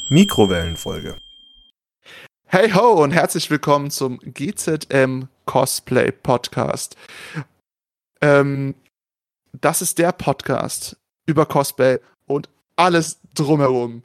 Mikrowellenfolge. Hey ho und herzlich willkommen zum GZM Cosplay Podcast. Das ist der Podcast über Cosplay und alles drumherum.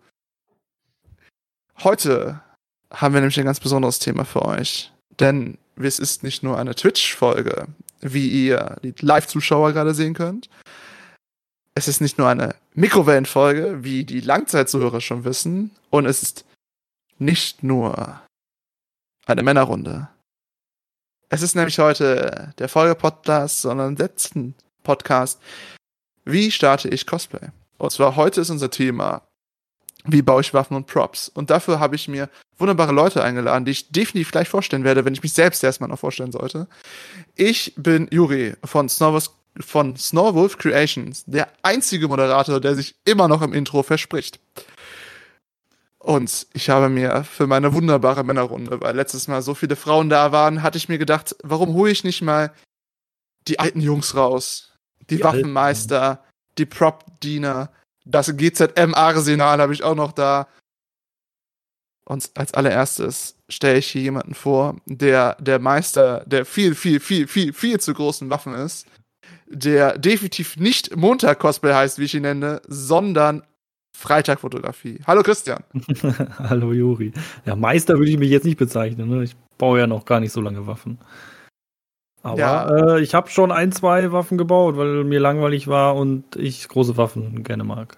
Heute haben wir nämlich ein ganz besonderes Thema für euch, denn es ist nicht nur eine Twitch-Folge, wie ihr die Live-Zuschauer gerade sehen könnt. Es ist nicht nur eine Mikrowellenfolge, wie die Langzeitzuhörer schon wissen, und es ist nicht nur eine Männerrunde. Es ist nämlich heute der Folge-Podcast, sondern letzten Podcast. Wie starte ich Cosplay? Und zwar heute ist unser Thema, wie baue ich Waffen und Props? Und dafür habe ich mir wunderbare Leute eingeladen, die ich definitiv gleich vorstellen werde, wenn ich mich selbst erstmal noch vorstellen sollte. Ich bin Juri von Snorwolf Creations, der einzige Moderator, der sich immer noch im Intro verspricht. Und ich habe mir für meine wunderbare Männerrunde, weil letztes Mal so viele Frauen da waren, hatte ich mir gedacht, warum hole ich nicht mal die alten Jungs raus? Die Waffenmeister, die Prop-Diener, das GZM-Arsenal habe ich auch noch da. Und als allererstes stelle ich hier jemanden vor, der Meister der viel zu großen Waffen ist, der definitiv nicht Montag-Cosplay heißt, wie ich ihn nenne, sondern Freitag-Fotografie. Hallo Christian. Hallo Juri. Ja, Meister würde ich mich jetzt nicht bezeichnen, ne? Ich baue ja noch gar nicht so lange Waffen. Aber ja. Ich habe schon 1-2 Waffen gebaut, weil mir langweilig war und ich große Waffen gerne mag.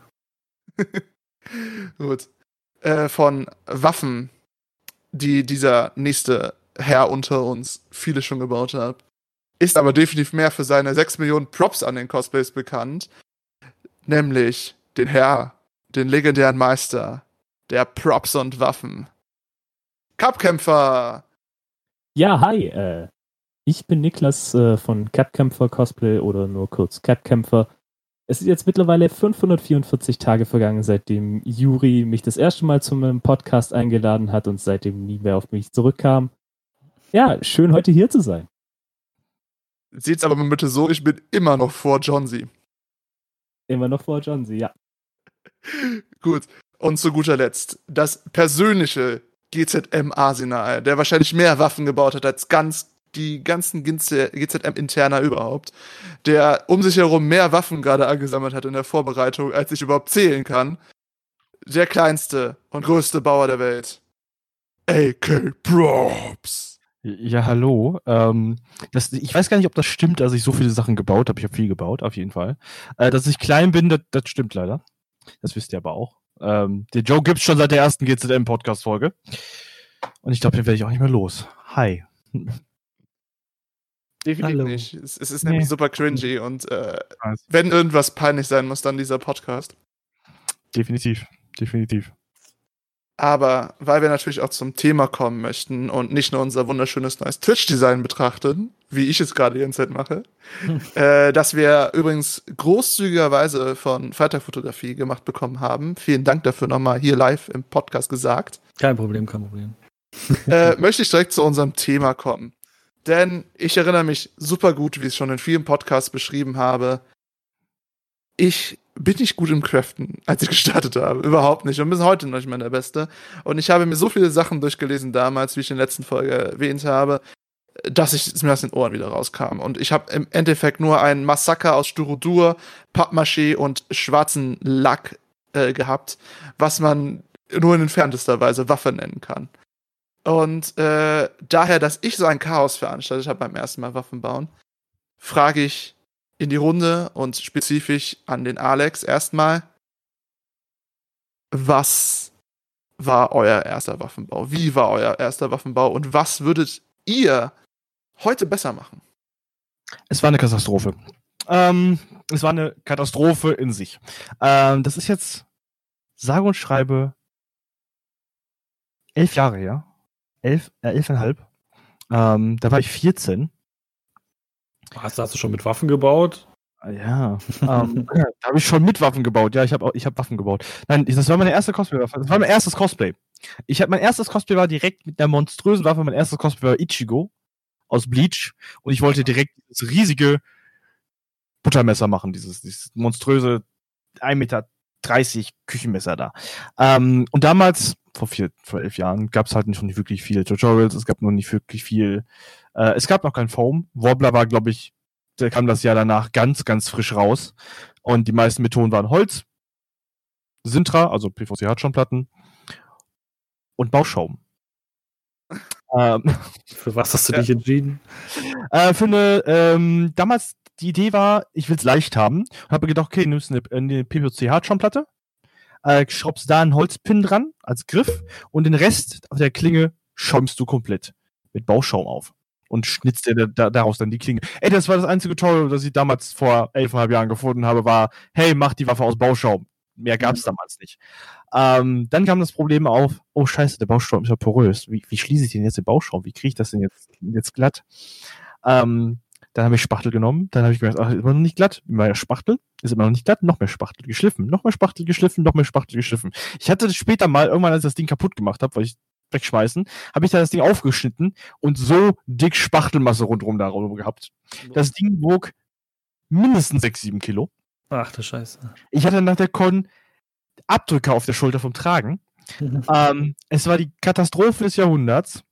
Gut. Von Waffen, die dieser nächste Herr unter uns viele schon gebaut hat, ist aber definitiv mehr für seine 6 Millionen Props an den Cosplays bekannt. Nämlich den legendären Meister der Props und Waffen. Capkämpfer! Ja, hi. Ich bin Niklas von Capkämpfer Cosplay oder nur kurz Capkämpfer. Es ist jetzt mittlerweile 544 Tage vergangen, seitdem Juri mich das erste Mal zu meinem Podcast eingeladen hat und seitdem nie mehr auf mich zurückkam. Ja, schön heute hier zu sein. Seht's aber mal bitte so, ich bin immer noch vor Johnsy. Immer noch vor Johnsy, ja. Gut. Und zu guter Letzt das persönliche GZM-Arsenal, der wahrscheinlich mehr Waffen gebaut hat als die ganzen GZM-Interner überhaupt, der um sich herum mehr Waffen gerade angesammelt hat in der Vorbereitung, als ich überhaupt zählen kann. Der kleinste und größte Bauer der Welt. AK Props. Ja, hallo. Ich weiß gar nicht, ob das stimmt, dass ich so viele Sachen gebaut habe. Ich habe viel gebaut, auf jeden Fall. Dass ich klein bin, das stimmt leider. Das wisst ihr aber auch. Der Joe gibt's schon seit der ersten GZM-Podcast-Folge. Und ich glaube, den werde ich auch nicht mehr los. Hi. Definitiv nicht. Es ist nämlich super cringy und wenn irgendwas peinlich sein muss, dann dieser Podcast. Definitiv. Aber weil wir natürlich auch zum Thema kommen möchten und nicht nur unser wunderschönes neues Twitch-Design betrachten, wie ich es gerade die ganze Zeit mache, dass wir übrigens großzügigerweise von Freitag Fotografie gemacht bekommen haben. Vielen Dank dafür nochmal hier live im Podcast gesagt. Kein Problem. Möchte ich direkt zu unserem Thema kommen. Denn ich erinnere mich super gut, wie ich es schon in vielen Podcasts beschrieben habe. Ich bin nicht gut im Craften, als ich gestartet habe. Überhaupt nicht. Und bis heute noch nicht mal der Beste. Und ich habe mir so viele Sachen durchgelesen damals, wie ich in der letzten Folge erwähnt habe, dass es mir aus den Ohren wieder rauskam. Und ich habe im Endeffekt nur ein Massaker aus Styrodur, Pappmaché und schwarzen Lack gehabt, was man nur in entferntester Weise Waffe nennen kann. Und daher, dass ich so ein Chaos veranstaltet habe beim ersten Mal Waffen bauen, frage ich in die Runde und spezifisch an den Alex erstmal, was war euer erster Waffenbau? Wie war euer erster Waffenbau? Und was würdet ihr heute besser machen? Es war eine Katastrophe. Es war eine Katastrophe in sich. Das ist jetzt sage und schreibe 11 Jahre her. 11,5. Da war ich 14. Hast du schon mit Waffen gebaut? Ja. Da habe ich schon mit Waffen gebaut. Ja, ich hab Waffen gebaut. Nein, das war meine erste Cosplay-Waffe. Das war mein erstes Cosplay. Mein erstes Cosplay war direkt mit einer monströsen Waffe. Mein erstes Cosplay war Ichigo aus Bleach. Und ich wollte direkt dieses riesige Buttermesser machen. Dieses monströse 1,20 Meter 30 Küchenmesser da. Und damals, vor 11 Jahren, gab es halt noch nicht wirklich viele Tutorials, es gab noch nicht wirklich viel, es gab noch kein Foam. Wobbler war, glaube ich, der kam das Jahr danach ganz, ganz frisch raus. Und die meisten Methoden waren Holz, Sintra, also PVC-Hartschornplatten und Bauschaum. Für was hast du dich entschieden? Für eine, damals die Idee war, ich will es leicht haben. Und habe gedacht, okay, nimmst eine PVC-Hartschornplatte, schraubst da einen Holzpin dran als Griff und den Rest auf der Klinge schäumst du komplett mit Bauschaum auf und schnitzt dir daraus dann die Klinge. Ey, das war das einzige Tutorial, das ich damals vor 11,5 Jahren gefunden habe, war, hey, mach die Waffe aus Bauschaum. Mehr gab es damals nicht. Dann kam das Problem auf, oh scheiße, der Bauschaum ist ja porös. Wie schließe ich denn jetzt den Bauschaum? Wie kriege ich das denn jetzt glatt? Dann habe ich Spachtel genommen, dann habe ich gemerkt, ach, ist immer noch nicht glatt, immer mehr Spachtel, ist immer noch nicht glatt, noch mehr Spachtel geschliffen, noch mehr Spachtel geschliffen, noch mehr Spachtel geschliffen. Ich hatte das später mal, irgendwann als ich das Ding kaputt gemacht habe, weil ich wegschmeißen, habe ich da das Ding aufgeschnitten und so dick Spachtelmasse rundherum darum gehabt. Das Ding wog mindestens 6-7 Kilo. Ach du Scheiße. Ich hatte nach der Con Abdrücke auf der Schulter vom Tragen. Es war die Katastrophe des Jahrhunderts.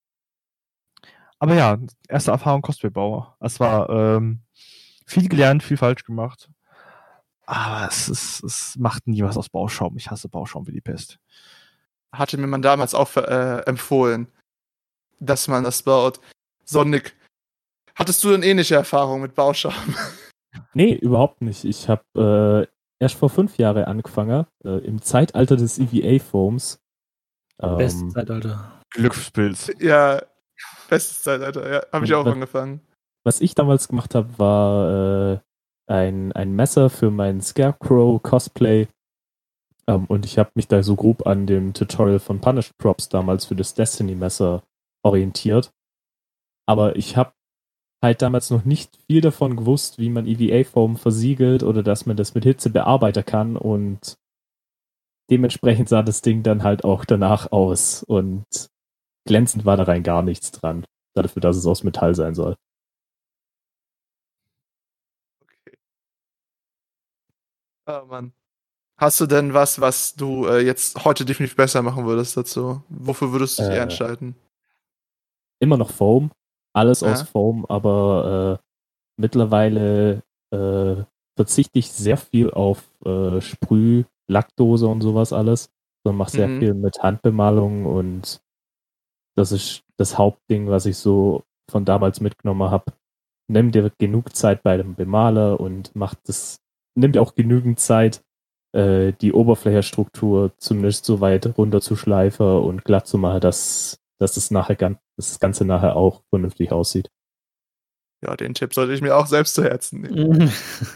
Aber ja, erste Erfahrung Cosplaybau. Es war viel gelernt, viel falsch gemacht. Aber es macht nie was aus Bauschaum. Ich hasse Bauschaum wie die Pest. Hatte mir man damals auch empfohlen, dass man das baut. Sonnig, hattest du denn ähnliche Erfahrungen mit Bauschaum? Nee, überhaupt nicht. Ich habe erst vor 5 Jahren angefangen, im Zeitalter des EVA-Foams. Bestes Zeitalter. Glückspilz. Ja, bestes Zeitalter, ja. Habe ich auch angefangen. Was ich damals gemacht habe, war ein Messer für mein Scarecrow-Cosplay. Und ich habe mich da so grob an dem Tutorial von Punished Props damals für das Destiny-Messer orientiert. Aber ich habe halt damals noch nicht viel davon gewusst, wie man EVA-Foam versiegelt oder dass man das mit Hitze bearbeiten kann. Und dementsprechend sah das Ding dann halt auch danach aus. Und glänzend war da rein gar nichts dran. Dafür, dass es aus Metall sein soll. Okay. Oh Mann. Hast du denn was du jetzt heute definitiv besser machen würdest dazu? Wofür würdest du dich eher entscheiden? Immer noch Foam. Alles aus Foam, aber mittlerweile verzichte ich sehr viel auf Sprüh, Lackdose und sowas alles. Sondern mache sehr viel mit Handbemalung und das ist das Hauptding, was ich so von damals mitgenommen habe. Nimm dir genug Zeit bei dem Bemaler und nimm dir auch genügend Zeit, die Oberflächenstruktur zumindest so weit runter zu schleifen und glatt zu machen, dass das Ganze nachher auch vernünftig aussieht. Ja, den Tipp sollte ich mir auch selbst zu Herzen nehmen.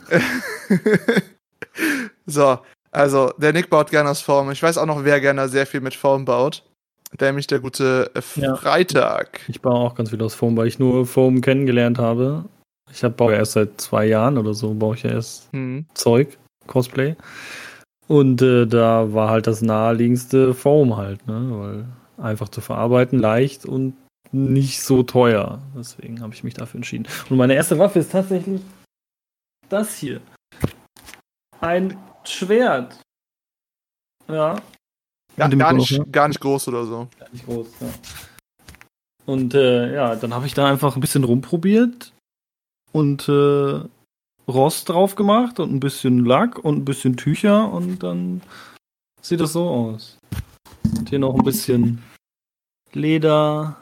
So, also der Nick baut gerne aus Foam. Ich weiß auch noch, wer gerne sehr viel mit Foam baut. Nämlich der gute Freitag. Ich baue auch ganz viel aus Foam, weil ich nur Foam kennengelernt habe. Baue ja erst seit 2 Jahren oder so, baue ich ja erst Zeug, Cosplay. Und da war halt das naheliegendste Foam halt, ne? Weil einfach zu verarbeiten, leicht und nicht so teuer. Deswegen habe ich mich dafür entschieden. Und meine erste Waffe ist tatsächlich das hier. Ein Schwert. Ja. Ja, gar nicht groß oder so. Gar nicht groß, ja. Und dann habe ich da einfach ein bisschen rumprobiert und Rost drauf gemacht und ein bisschen Lack und ein bisschen Tücher und dann sieht das so aus. Und hier noch ein bisschen Leder.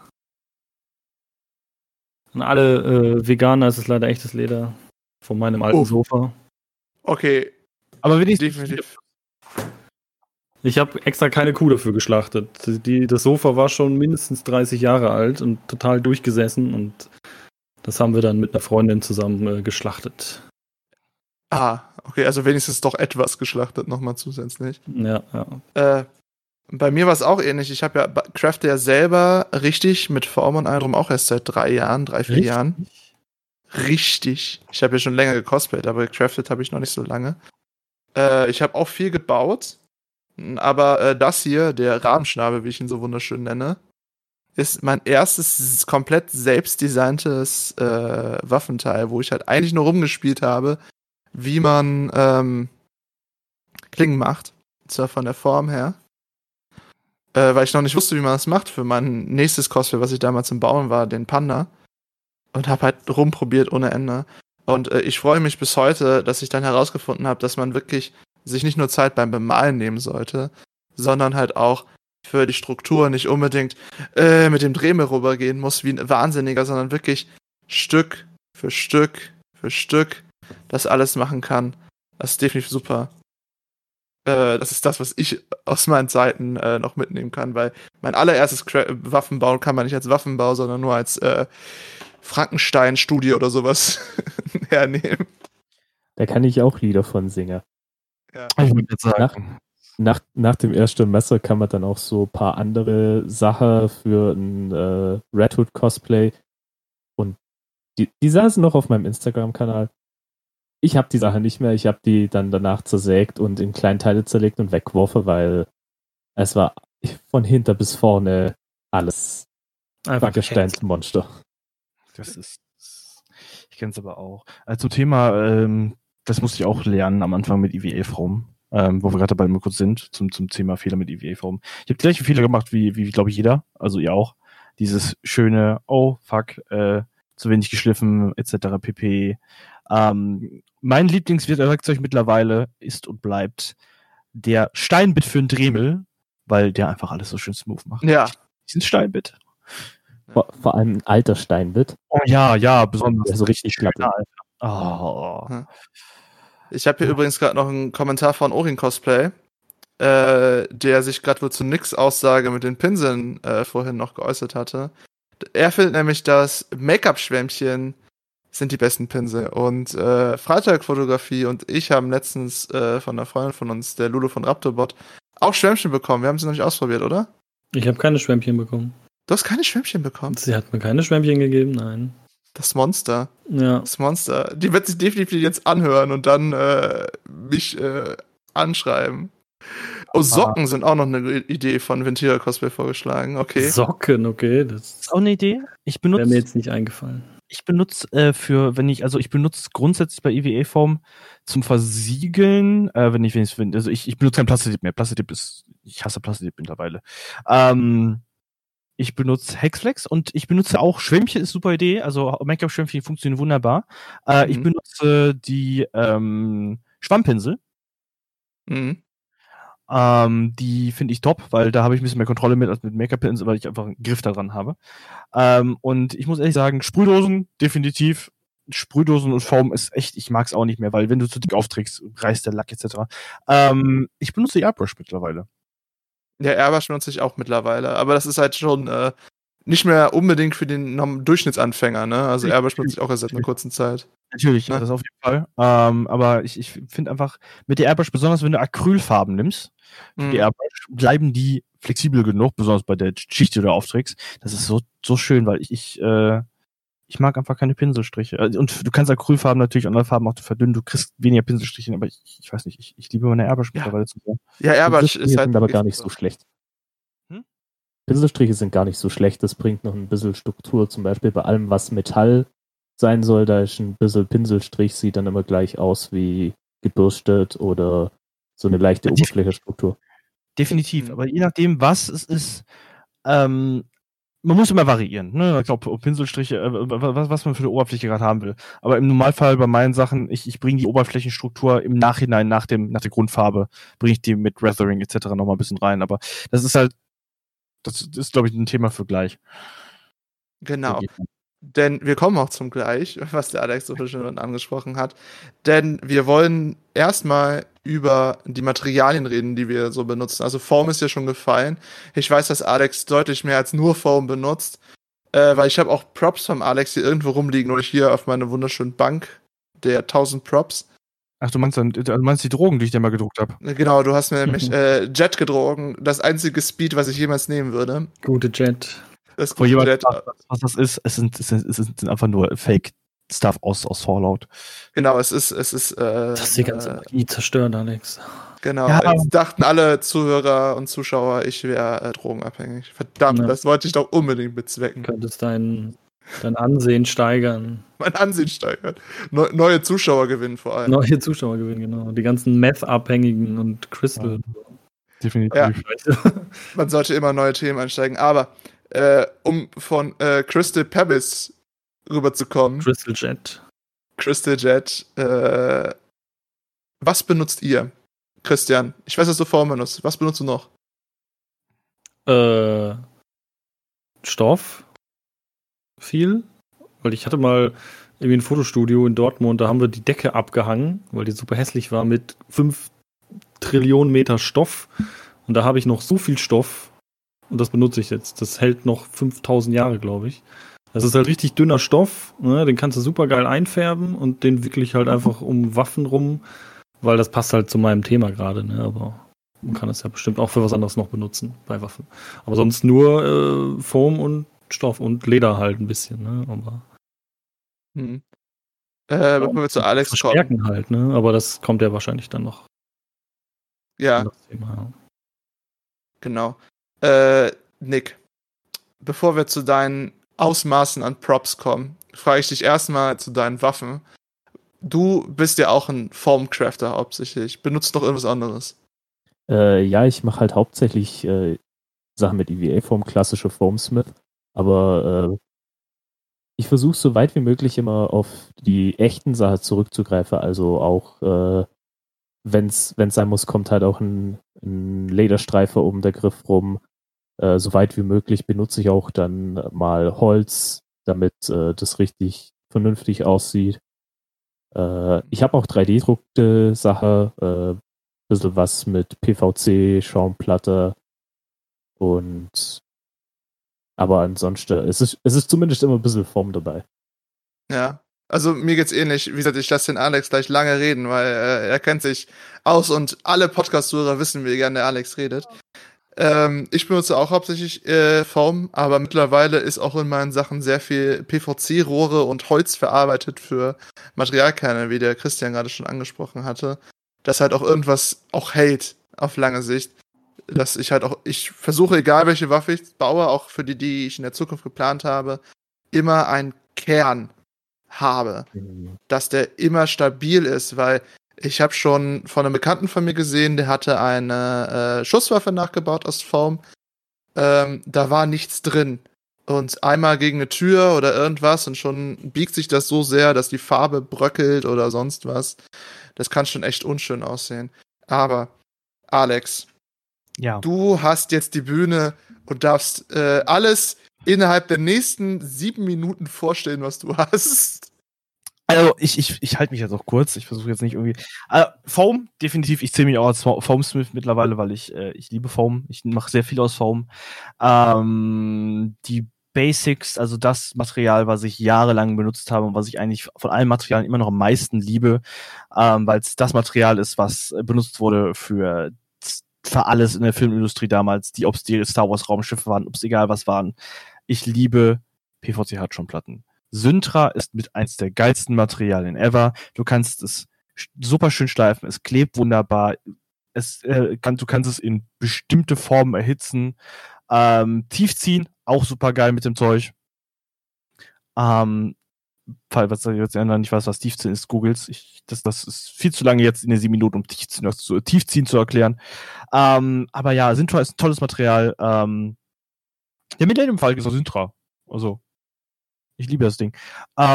An alle Veganer ist es leider echtes Leder von meinem alten Sofa. Okay. Aber definitiv. Ich habe extra keine Kuh dafür geschlachtet. Das Sofa war schon mindestens 30 Jahre alt und total durchgesessen und das haben wir dann mit einer Freundin zusammen geschlachtet. Okay, also wenigstens doch etwas geschlachtet nochmal zusätzlich. Ja. Bei mir war es auch ähnlich. Ich habe crafte ja selber richtig mit Foam und allem auch erst seit 3, 4 Jahren. Richtig. Ich habe ja schon länger gecosplayt, aber gecraftet habe ich noch nicht so lange. Ich habe auch viel gebaut, aber das hier, der Rabenschnabel, wie ich ihn so wunderschön nenne, ist mein erstes komplett selbstdesigntes Waffenteil, wo ich halt eigentlich nur rumgespielt habe, wie man Klingen macht. Und zwar von der Form her. Weil ich noch nicht wusste, wie man das macht für mein nächstes Cosplay, was ich damals im Bauen war, den Panda. Und habe halt rumprobiert ohne Ende. Und ich freue mich bis heute, dass ich dann herausgefunden habe, dass man wirklich sich nicht nur Zeit beim Bemalen nehmen sollte, sondern halt auch für die Struktur nicht unbedingt mit dem Dremel rübergehen muss wie ein Wahnsinniger, sondern wirklich Stück für Stück für Stück das alles machen kann. Das ist definitiv super. Das ist das, was ich aus meinen Zeiten noch mitnehmen kann, weil mein allererstes Waffenbau kann man nicht als Waffenbau, sondern nur als Frankenstein-Studie oder sowas hernehmen. Da kann ich auch Lieder von singen. Ja. Ich würde jetzt sagen. Nach dem ersten Messer kann man dann auch so ein paar andere Sachen für ein Red Hood Cosplay. Und die Sachen sind noch auf meinem Instagram-Kanal. Ich habe die Sache nicht mehr. Ich habe die dann danach zersägt und in kleine Teile zerlegt und weggeworfen, weil es war von hinter bis vorne alles Einfach Gesteinsmonster. Das ist. Ich kenne es aber auch. Also Thema, das musste ich auch lernen am Anfang mit EVA-Forum, wo wir gerade dabei kurz sind, zum Thema Fehler mit EVA-Forum. Ich habe die gleichen Fehler gemacht wie glaube ich, jeder. Also ihr auch. Dieses schöne, oh, fuck, zu wenig geschliffen, etc. pp. Mein Lieblingswerkzeug mittlerweile ist und bleibt der Steinbit für einen Dremel, weil der einfach alles so schön smooth macht. Ja. Diesen Steinbit. Vor allem ein alter Steinbit. Oh ja, besonders. Der so richtig glatt ist. Oh. Ich habe hier übrigens gerade noch einen Kommentar von Orin Cosplay, der sich gerade wohl zu Nicks Aussage mit den Pinseln vorhin noch geäußert hatte. Er findet nämlich, dass Make-up-Schwämmchen sind die besten Pinsel. Und Freitagfotografie und ich haben letztens von einer Freundin von uns, der Lulu von Raptorbot, auch Schwämmchen bekommen. Wir haben sie noch nicht ausprobiert, oder? Ich habe keine Schwämmchen bekommen. Du hast keine Schwämmchen bekommen? Sie hat mir keine Schwämmchen gegeben, nein. Das Monster. Ja. Das Monster. Die wird sich definitiv jetzt anhören und dann mich anschreiben. Oh, Socken sind auch noch eine Idee von Ventira Cosplay vorgeschlagen. Okay. Socken, okay. Das ist auch eine Idee. Wäre mir jetzt nicht eingefallen. Ich benutze ich benutze grundsätzlich bei EVA-Form zum Versiegeln, ich benutze kein Plastik mehr. Ich hasse Plastik mittlerweile. Ich benutze Hexflex und ich benutze auch Schwämmchen, ist super Idee. Also Make-up-Schwämmchen funktionieren wunderbar. Ich benutze die Schwammpinsel. Mhm. Die finde ich top, weil da habe ich ein bisschen mehr Kontrolle mit als mit Make-up-Pinsel, weil ich einfach einen Griff daran habe. Und ich muss ehrlich sagen, Sprühdosen, definitiv. Sprühdosen und Foam ist echt, ich mag es auch nicht mehr, weil wenn du zu dick aufträgst, reißt der Lack etc. Ich benutze Airbrush mittlerweile. Ja, Airbrush benutze ich auch mittlerweile, aber das ist halt schon nicht mehr unbedingt für den Durchschnittsanfänger, ne? Also Airbrush benutze ich auch erst seit einer kurzen Zeit. Natürlich, ja, das auf jeden Fall. Aber ich finde einfach, mit der Airbrush, besonders wenn du Acrylfarben nimmst, die Airbrush, bleiben die flexibel genug, besonders bei der Schicht, die du aufträgst. Das ist so schön, weil ich mag einfach keine Pinselstriche. Und du kannst Acrylfarben natürlich, andere Farben auch verdünnen, du kriegst weniger Pinselstriche, aber ich weiß nicht, ich liebe meine Airbrush mittlerweile zu sehr. Ja, Airbrush ist halt sind aber gar nicht so schlecht. Pinselstriche sind gar nicht so schlecht, das bringt noch ein bisschen Struktur, zum Beispiel bei allem, was Metall sein soll, da ist ein bisschen Pinselstrich, sieht dann immer gleich aus wie gebürstet oder so eine leichte Oberflächenstruktur. Definitiv, aber je nachdem, was es ist, man muss immer variieren, ne? Ich glaube, Pinselstriche, was man für eine Oberfläche gerade haben will. Aber im Normalfall bei meinen Sachen, ich bringe die Oberflächenstruktur im Nachhinein, nach der Grundfarbe, bringe ich die mit Weathering etc. nochmal ein bisschen rein. Aber das ist, glaube ich, ein Thema für gleich. Genau. Denn wir kommen auch zum Gleich, was der Alex so schön angesprochen hat. Denn wir wollen erstmal über die Materialien reden, die wir so benutzen. Also Foam ist ja schon gefallen. Ich weiß, dass Alex deutlich mehr als nur Foam benutzt, weil ich habe auch Props vom Alex hier irgendwo rumliegen oder hier auf meiner wunderschönen Bank der 1000 Props. Ach, du meinst die Drogen, die ich dir mal gedruckt habe? Genau, du hast mir nämlich Jet gedruckt. Das einzige Speed, was ich jemals nehmen würde. Gute Jet. Das Wo jemand sagt, was das ist, es sind einfach nur Fake-Stuff aus Fallout. Genau, es ist das die ganze Magie zerstört, Alex. Genau, ja. Jetzt dachten alle Zuhörer und Zuschauer, ich wäre drogenabhängig. Verdammt, das wollte ich doch unbedingt bezwecken. Du könntest deinen Dein Ansehen steigern. Mein Ansehen steigern. Neue Zuschauer gewinnen vor allem. Neue Zuschauer gewinnen, genau. Die ganzen Meth-Abhängigen und Crystal. Definitiv. Ja. Man sollte immer neue Themen einsteigen. Aber um von Crystal Pebbles rüberzukommen. Crystal Jet. Was benutzt ihr? Christian, ich weiß, dass du Form benutzt. Was benutzt du noch? Stoff. Viel. Weil ich hatte mal irgendwie ein Fotostudio in Dortmund, da haben wir die Decke abgehangen, weil die super hässlich war, mit 5 Trillionen Meter Stoff. Und da habe ich noch so viel Stoff. Und das benutze ich jetzt. Das hält noch 5000 Jahre, glaube ich. Das ist halt richtig dünner Stoff. Ne? Den kannst du super geil einfärben und den wickle ich halt einfach um Waffen rum, weil das passt halt zu meinem Thema gerade. Ne? Aber man kann es ja bestimmt auch für was anderes noch benutzen bei Waffen. Aber sonst nur Foam und Stoff und Leder halt ein bisschen. Ne? Aber bevor wir zu Alex verstärken halt, ne? Aber das kommt ja wahrscheinlich dann noch. Ja. Das Thema, ja. Genau. Nick, bevor wir zu deinen Ausmaßen an Props kommen, frage ich dich erstmal zu deinen Waffen. Du bist ja auch ein Formcrafter hauptsächlich. Benutzt noch irgendwas anderes? Ja, ich mache halt hauptsächlich Sachen mit EVA-Form, klassische Foamsmith. Aber ich versuche so weit wie möglich immer auf die echten Sachen zurückzugreifen. Also auch, wenn es sein muss, kommt halt auch ein Lederstreifer um der Griff rum. So weit wie möglich benutze ich auch dann mal Holz, damit das richtig vernünftig aussieht. Ich habe auch 3D-druckte Sache, bisschen was mit PVC, Schaumplatte aber ansonsten, es ist zumindest immer ein bisschen Form dabei. Ja, also mir geht's ähnlich. Wie gesagt, ich lasse den Alex gleich lange reden, weil er kennt sich aus und alle Podcast-Hörer wissen, wie gerne der Alex redet. Ich benutze auch hauptsächlich Form, aber mittlerweile ist auch in meinen Sachen sehr viel PVC-Rohre und Holz verarbeitet für Materialkerne, wie der Christian gerade schon angesprochen hatte, dass halt auch irgendwas auch hält auf lange Sicht. Dass ich versuche, egal welche Waffe ich baue, auch für die ich in der Zukunft geplant habe, immer einen Kern habe. Dass der immer stabil ist, weil ich habe schon von einem Bekannten von mir gesehen, der hatte eine Schusswaffe nachgebaut aus Foam. Da war nichts drin. Und einmal gegen eine Tür oder irgendwas und schon biegt sich das so sehr, dass die Farbe bröckelt oder sonst was. Das kann schon echt unschön aussehen. Aber, Alex, ja. Du hast jetzt die Bühne und darfst alles innerhalb der nächsten 7 Minuten vorstellen, was du hast. Also, ich halte mich jetzt auch kurz. Ich versuche jetzt nicht irgendwie. Foam, definitiv. Ich zähle mich auch als Foamsmith mittlerweile, weil ich liebe Foam. Ich mache sehr viel aus Foam. Die Basics, also das Material, was ich jahrelang benutzt habe und was ich eigentlich von allen Materialien immer noch am meisten liebe, weil es das Material ist, was benutzt wurde für alles in der Filmindustrie damals, ob es die Star Wars Raumschiffe waren, ob es egal was waren. Ich liebe PVC-Hartschonplatten. Syntra ist mit eins der geilsten Materialien ever. Du kannst es super schön schleifen, es klebt wunderbar, du kannst es in bestimmte Formen erhitzen. Tiefziehen, auch super geil mit dem Zeug. Was jetzt nicht weiß, was Tiefziehen ist, googles. Das ist viel zu lange jetzt in den 7 Minuten, um Tiefziehen zu erklären. Aber ja, Syntra ist ein tolles Material. Ja, mit dem Fall ist auch Syntra. Also, ich liebe das Ding.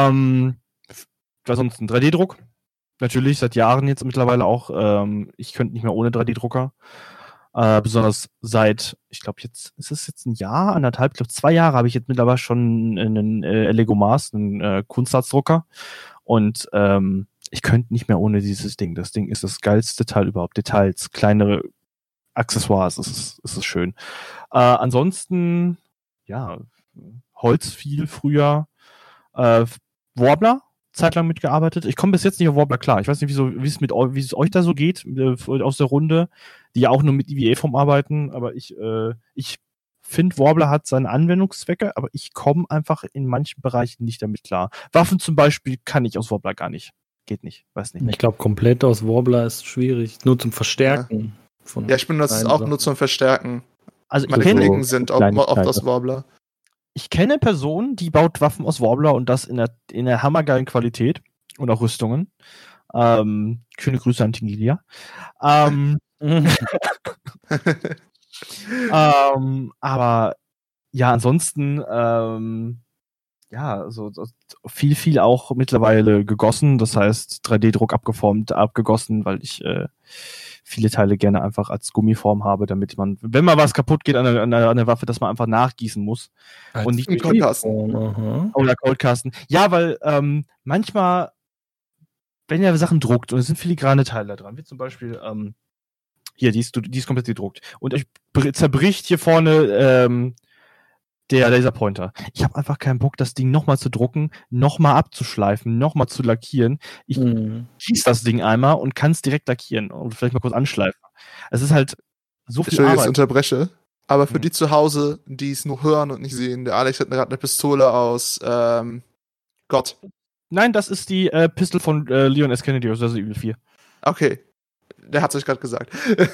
Sonst ein 3D-Druck. Natürlich, seit Jahren jetzt mittlerweile auch. Ich könnte nicht mehr ohne 3D-Drucker. Besonders seit, ich glaube jetzt, ist es jetzt ein Jahr, 1,5, ich glaube 2 Jahre habe ich jetzt mittlerweile schon einen Lego Mars, einen Kunstharzdrucker und ich könnte nicht mehr ohne dieses Ding. Das Ding ist das geilste Teil überhaupt. Details, kleinere Accessoires, es ist schön. Ansonsten, ja, Holz viel früher, Warbler, zeitlang mitgearbeitet. Ich komme bis jetzt nicht auf Warbler klar. Ich weiß nicht, wie es euch da so geht, aus der Runde, die ja auch nur mit EVA-Form arbeiten, aber ich finde, Warbler hat seine Anwendungszwecke, aber ich komme einfach in manchen Bereichen nicht damit klar. Waffen zum Beispiel kann ich aus Warbler gar nicht. Geht nicht, weiß nicht. Ich glaube, komplett aus Warbler ist schwierig. Nur zum Verstärken. Ja, ich benutze es auch nur zum Verstärken. Also meine Kollegen sind auch oft aus Warbler. ich kenne Personen, die baut Waffen aus Warbler und das in der hammergeilen Qualität und auch Rüstungen. Schöne Grüße an Tingilia. Aber ja, ansonsten so viel auch mittlerweile gegossen, das heißt 3D-Druck abgeformt, abgegossen, weil ich viele Teile gerne einfach als Gummiform habe, damit man, wenn mal was kaputt geht an der Waffe, dass man einfach nachgießen muss. Als und nicht Coldcasten. Oder Coldcasten. Ja, weil manchmal, wenn ihr Sachen druckt und es sind filigrane Teile da dran, wie zum Beispiel hier, die ist komplett gedruckt und euch zerbricht hier vorne der Laserpointer. Ich habe einfach keinen Bock, das Ding nochmal zu drucken, nochmal abzuschleifen, nochmal zu lackieren. Ich schieße das Ding einmal und kann es direkt lackieren und vielleicht mal kurz anschleifen. Es ist halt so viel Arbeit. Ich unterbreche, aber für die zu Hause, die es nur hören und nicht sehen, der Alex hat gerade eine Pistole aus Gott. Nein, das ist die Pistole von Leon S. Kennedy aus Resident Evil 4. Okay, der hat es euch gerade gesagt.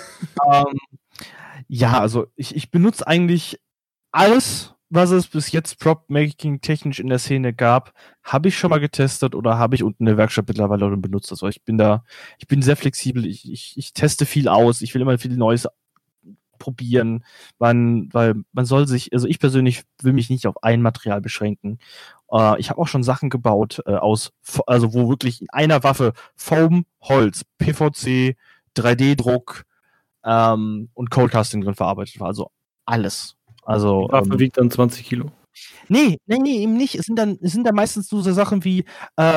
Ja, also ich benutze eigentlich alles, was es bis jetzt Prop-Making technisch in der Szene gab, habe ich schon mal getestet oder habe ich unten in der Werkstatt mittlerweile benutzt. Also ich bin sehr flexibel, ich teste viel aus, ich will immer viel Neues probieren, weil man soll sich, also ich persönlich will mich nicht auf ein Material beschränken. Ich habe auch schon Sachen gebaut wo wirklich in einer Waffe Foam, Holz, PVC, 3D-Druck und Coldcasting drin verarbeitet war. Also alles. Also, die Waffe wiegt dann 20 Kilo. Nee, eben nicht. Es sind dann meistens so Sachen wie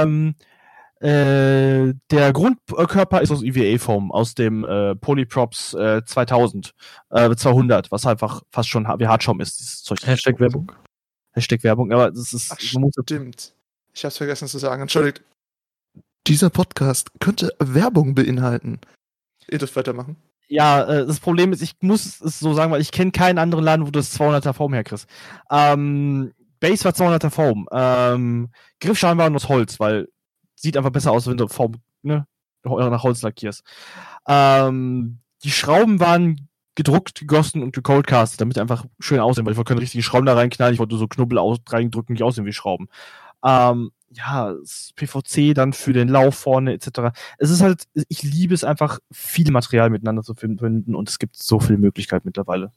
der Grundkörper ist aus EVA-Foam, aus dem Polyprops 200, was einfach fast schon wie Hartschaum ist. Dieses Zeug. Hashtag-Werbung. Hashtag-Werbung, aber das ist... Stimmt. Ich hab's vergessen zu sagen. Entschuldigt. Dieser Podcast könnte Werbung beinhalten. Ihr dürft weitermachen. Ja, das Problem ist, ich muss es so sagen, weil ich kenne keinen anderen Laden, wo du das 200er Foam herkriegst. Base war 200er Foam. Griffschalen waren aus Holz, weil sieht einfach besser aus, wenn du Foam nach Holz lackierst. Die Schrauben waren gedruckt, gegossen und gecoldcastet, damit die einfach schön aussehen, weil ich wollte keine richtigen Schrauben da reinknallen, ich wollte so Knubbel reindrücken, die aussehen wie Schrauben. Das PVC dann für den Lauf vorne etc. Es ist halt, ich liebe es einfach, viel Material miteinander zu verbinden und es gibt so viele Möglichkeiten mittlerweile.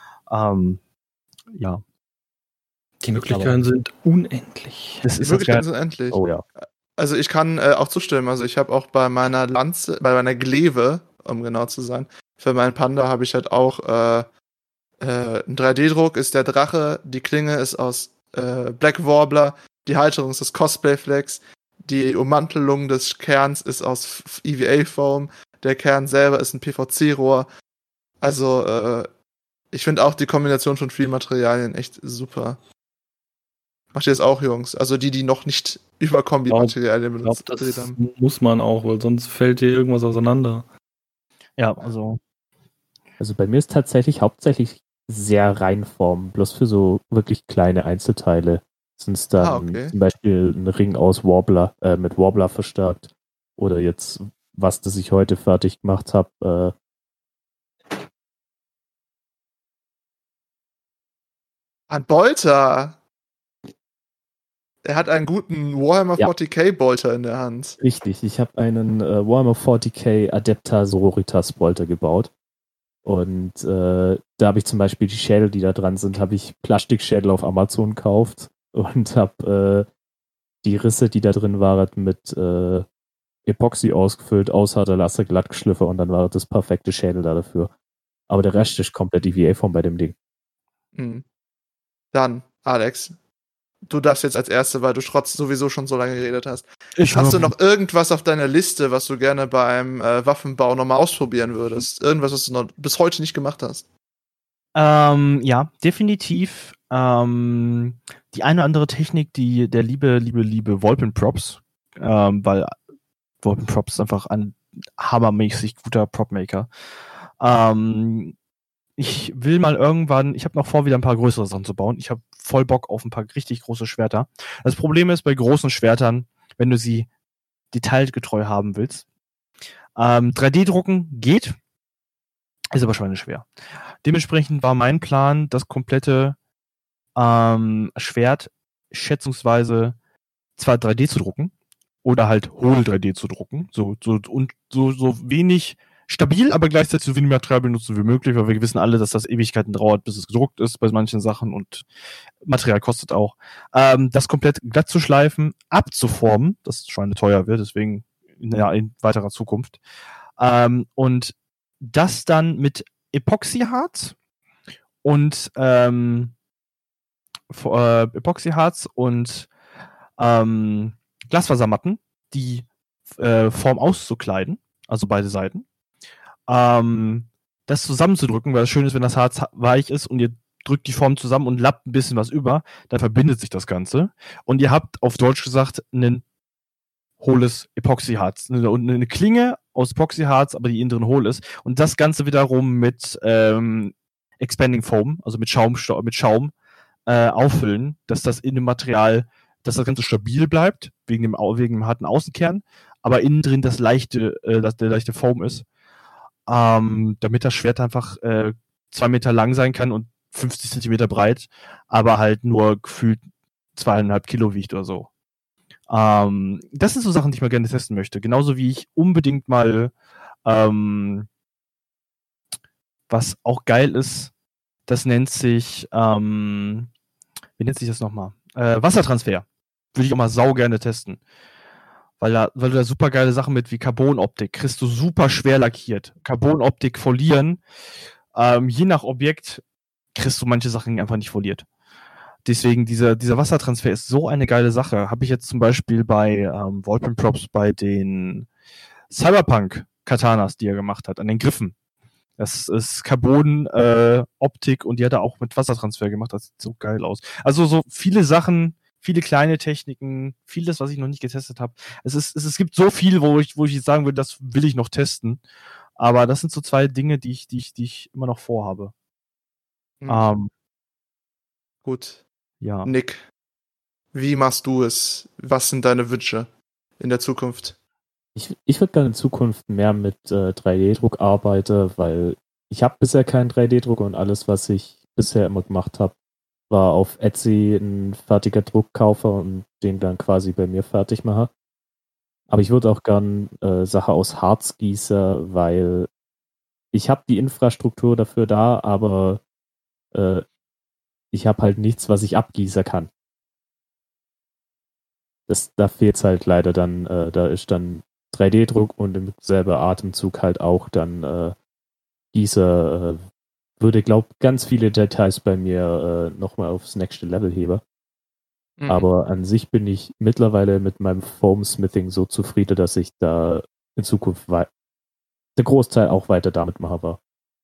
Ja. Die Möglichkeiten sind unendlich. Die Möglichkeiten sind endlich. Oh ja. Also ich kann auch zustimmen. Also ich habe auch bei meiner Lanze, bei meiner Gleve, um genau zu sein, für meinen Panda habe ich halt auch ein 3D-Druck ist der Drache, die Klinge ist aus Black Warbler, die Halterung ist aus Cosplay Flex, die Ummantelung des Kerns ist aus EVA-Foam, der Kern selber ist ein PVC-Rohr. Also ich finde auch die Kombination von vielen Materialien echt super. Macht ihr das auch, Jungs? Also die noch nicht über Kombi-Materialien benutzt haben. Das muss man auch, weil sonst fällt dir irgendwas auseinander. Ja, also bei mir ist tatsächlich hauptsächlich sehr Reinform, bloß für so wirklich kleine Einzelteile sind es dann zum Beispiel ein Ring aus Warbler, mit Warbler verstärkt. Oder jetzt, was das ich heute fertig gemacht habe, ein Bolter! Er hat einen guten Warhammer 40k Bolter in der Hand. Richtig, ich habe einen Warhammer 40k Adepta Sororitas Bolter gebaut. Und da habe ich zum Beispiel die Schädel, die da dran sind, habe ich Plastikschädel auf Amazon gekauft und habe die Risse, die da drin waren, mit Epoxy ausgefüllt, ausharter Lasse, glatt geschliffen und dann war das perfekte Schädel da dafür. Aber der Rest ist komplett EVA-Form bei dem Ding. Dann, Alex, du darfst jetzt als Erste, weil du sowieso schon so lange geredet hast. Hast du noch irgendwas auf deiner Liste, was du gerne beim Waffenbau nochmal ausprobieren würdest? Irgendwas, was du noch bis heute nicht gemacht hast? Ja, definitiv. Die eine oder andere Technik, der liebe Volpin-Props, weil Volpin-Props ist einfach ein hammermäßig guter Prop-Maker. Ich will mal irgendwann, ich habe noch vor, wieder ein paar größere Sachen zu bauen. Ich habe voll Bock auf ein paar richtig große Schwerter. Das Problem ist bei großen Schwertern, wenn du sie detailgetreu haben willst, 3D-Drucken geht, ist aber schweineschwer. Dementsprechend war mein Plan, das komplette Schwert schätzungsweise zwar 3D zu drucken oder halt hohl 3D zu drucken. So wenig stabil, aber gleichzeitig so wenig Material benutzen wie möglich, weil wir wissen alle, dass das Ewigkeiten dauert, bis es gedruckt ist bei manchen Sachen und Material kostet auch. Das komplett glatt zu schleifen, abzuformen, das schweineteuer wird, deswegen in weiterer Zukunft. Und das dann mit Epoxyharz und Glasfasermatten, die Form auszukleiden, also beide Seiten. Das zusammenzudrücken, weil das Schöne ist, wenn das Harz weich ist und ihr drückt die Form zusammen und lappt ein bisschen was über, dann verbindet sich das Ganze. Und ihr habt auf Deutsch gesagt ein hohles Epoxyharz. Eine Klinge aus Epoxyharz, aber die innen drin hohl ist. Und das Ganze wiederum mit Expanding Foam, also mit Schaum auffüllen, dass das in dem Material, dass das Ganze stabil bleibt, wegen dem harten Außenkern, aber innen drin der leichte Foam ist. Damit das Schwert einfach 2 Meter lang sein kann und 50 Zentimeter breit, aber halt nur gefühlt 2,5 Kilo wiegt oder so. Das sind so Sachen, die ich mal gerne testen möchte. Genauso wie ich unbedingt mal was auch geil ist, das nennt sich wie nennt sich das nochmal? Wassertransfer. Würde ich auch mal sau gerne testen. Weil du da super geile Sachen mit wie Carbonoptik kriegst du super schwer lackiert. Carbonoptik folieren, je nach Objekt kriegst du manche Sachen einfach nicht foliert. Deswegen dieser Wassertransfer ist so eine geile Sache. Habe ich jetzt zum Beispiel bei Volpin Props bei den Cyberpunk-Katanas, die er gemacht hat, an den Griffen. Das ist Carbon-Optik und die hat er auch mit Wassertransfer gemacht. Das sieht so geil aus. Also so viele Sachen, viele kleine Techniken, vieles, was ich noch nicht getestet habe. Es gibt so viel, wo ich jetzt sagen würde, das will ich noch testen. Aber das sind so 2 Dinge, die ich immer noch vorhabe. Gut. Ja. Nick, wie machst du es? Was sind deine Wünsche in der Zukunft? Ich würde gerne in Zukunft mehr mit 3D-Druck arbeiten, weil ich habe bisher keinen 3D-Druck und alles, was ich bisher immer gemacht habe, war auf Etsy ein fertiger Druckkaufer und den dann quasi bei mir fertig mache. Aber ich würde auch gern Sachen aus Harz gießen, weil ich habe die Infrastruktur dafür da, aber ich habe halt nichts, was ich abgießen kann. Da fehlt es halt leider dann, da ist dann 3D-Druck und im selben Atemzug halt auch dann Gießer würde, glaube ich, ganz viele Details bei mir nochmal aufs nächste Level heben. Mhm. Aber an sich bin ich mittlerweile mit meinem Foam-Smithing so zufrieden, dass ich da in Zukunft der Großteil auch weiter damit machen war.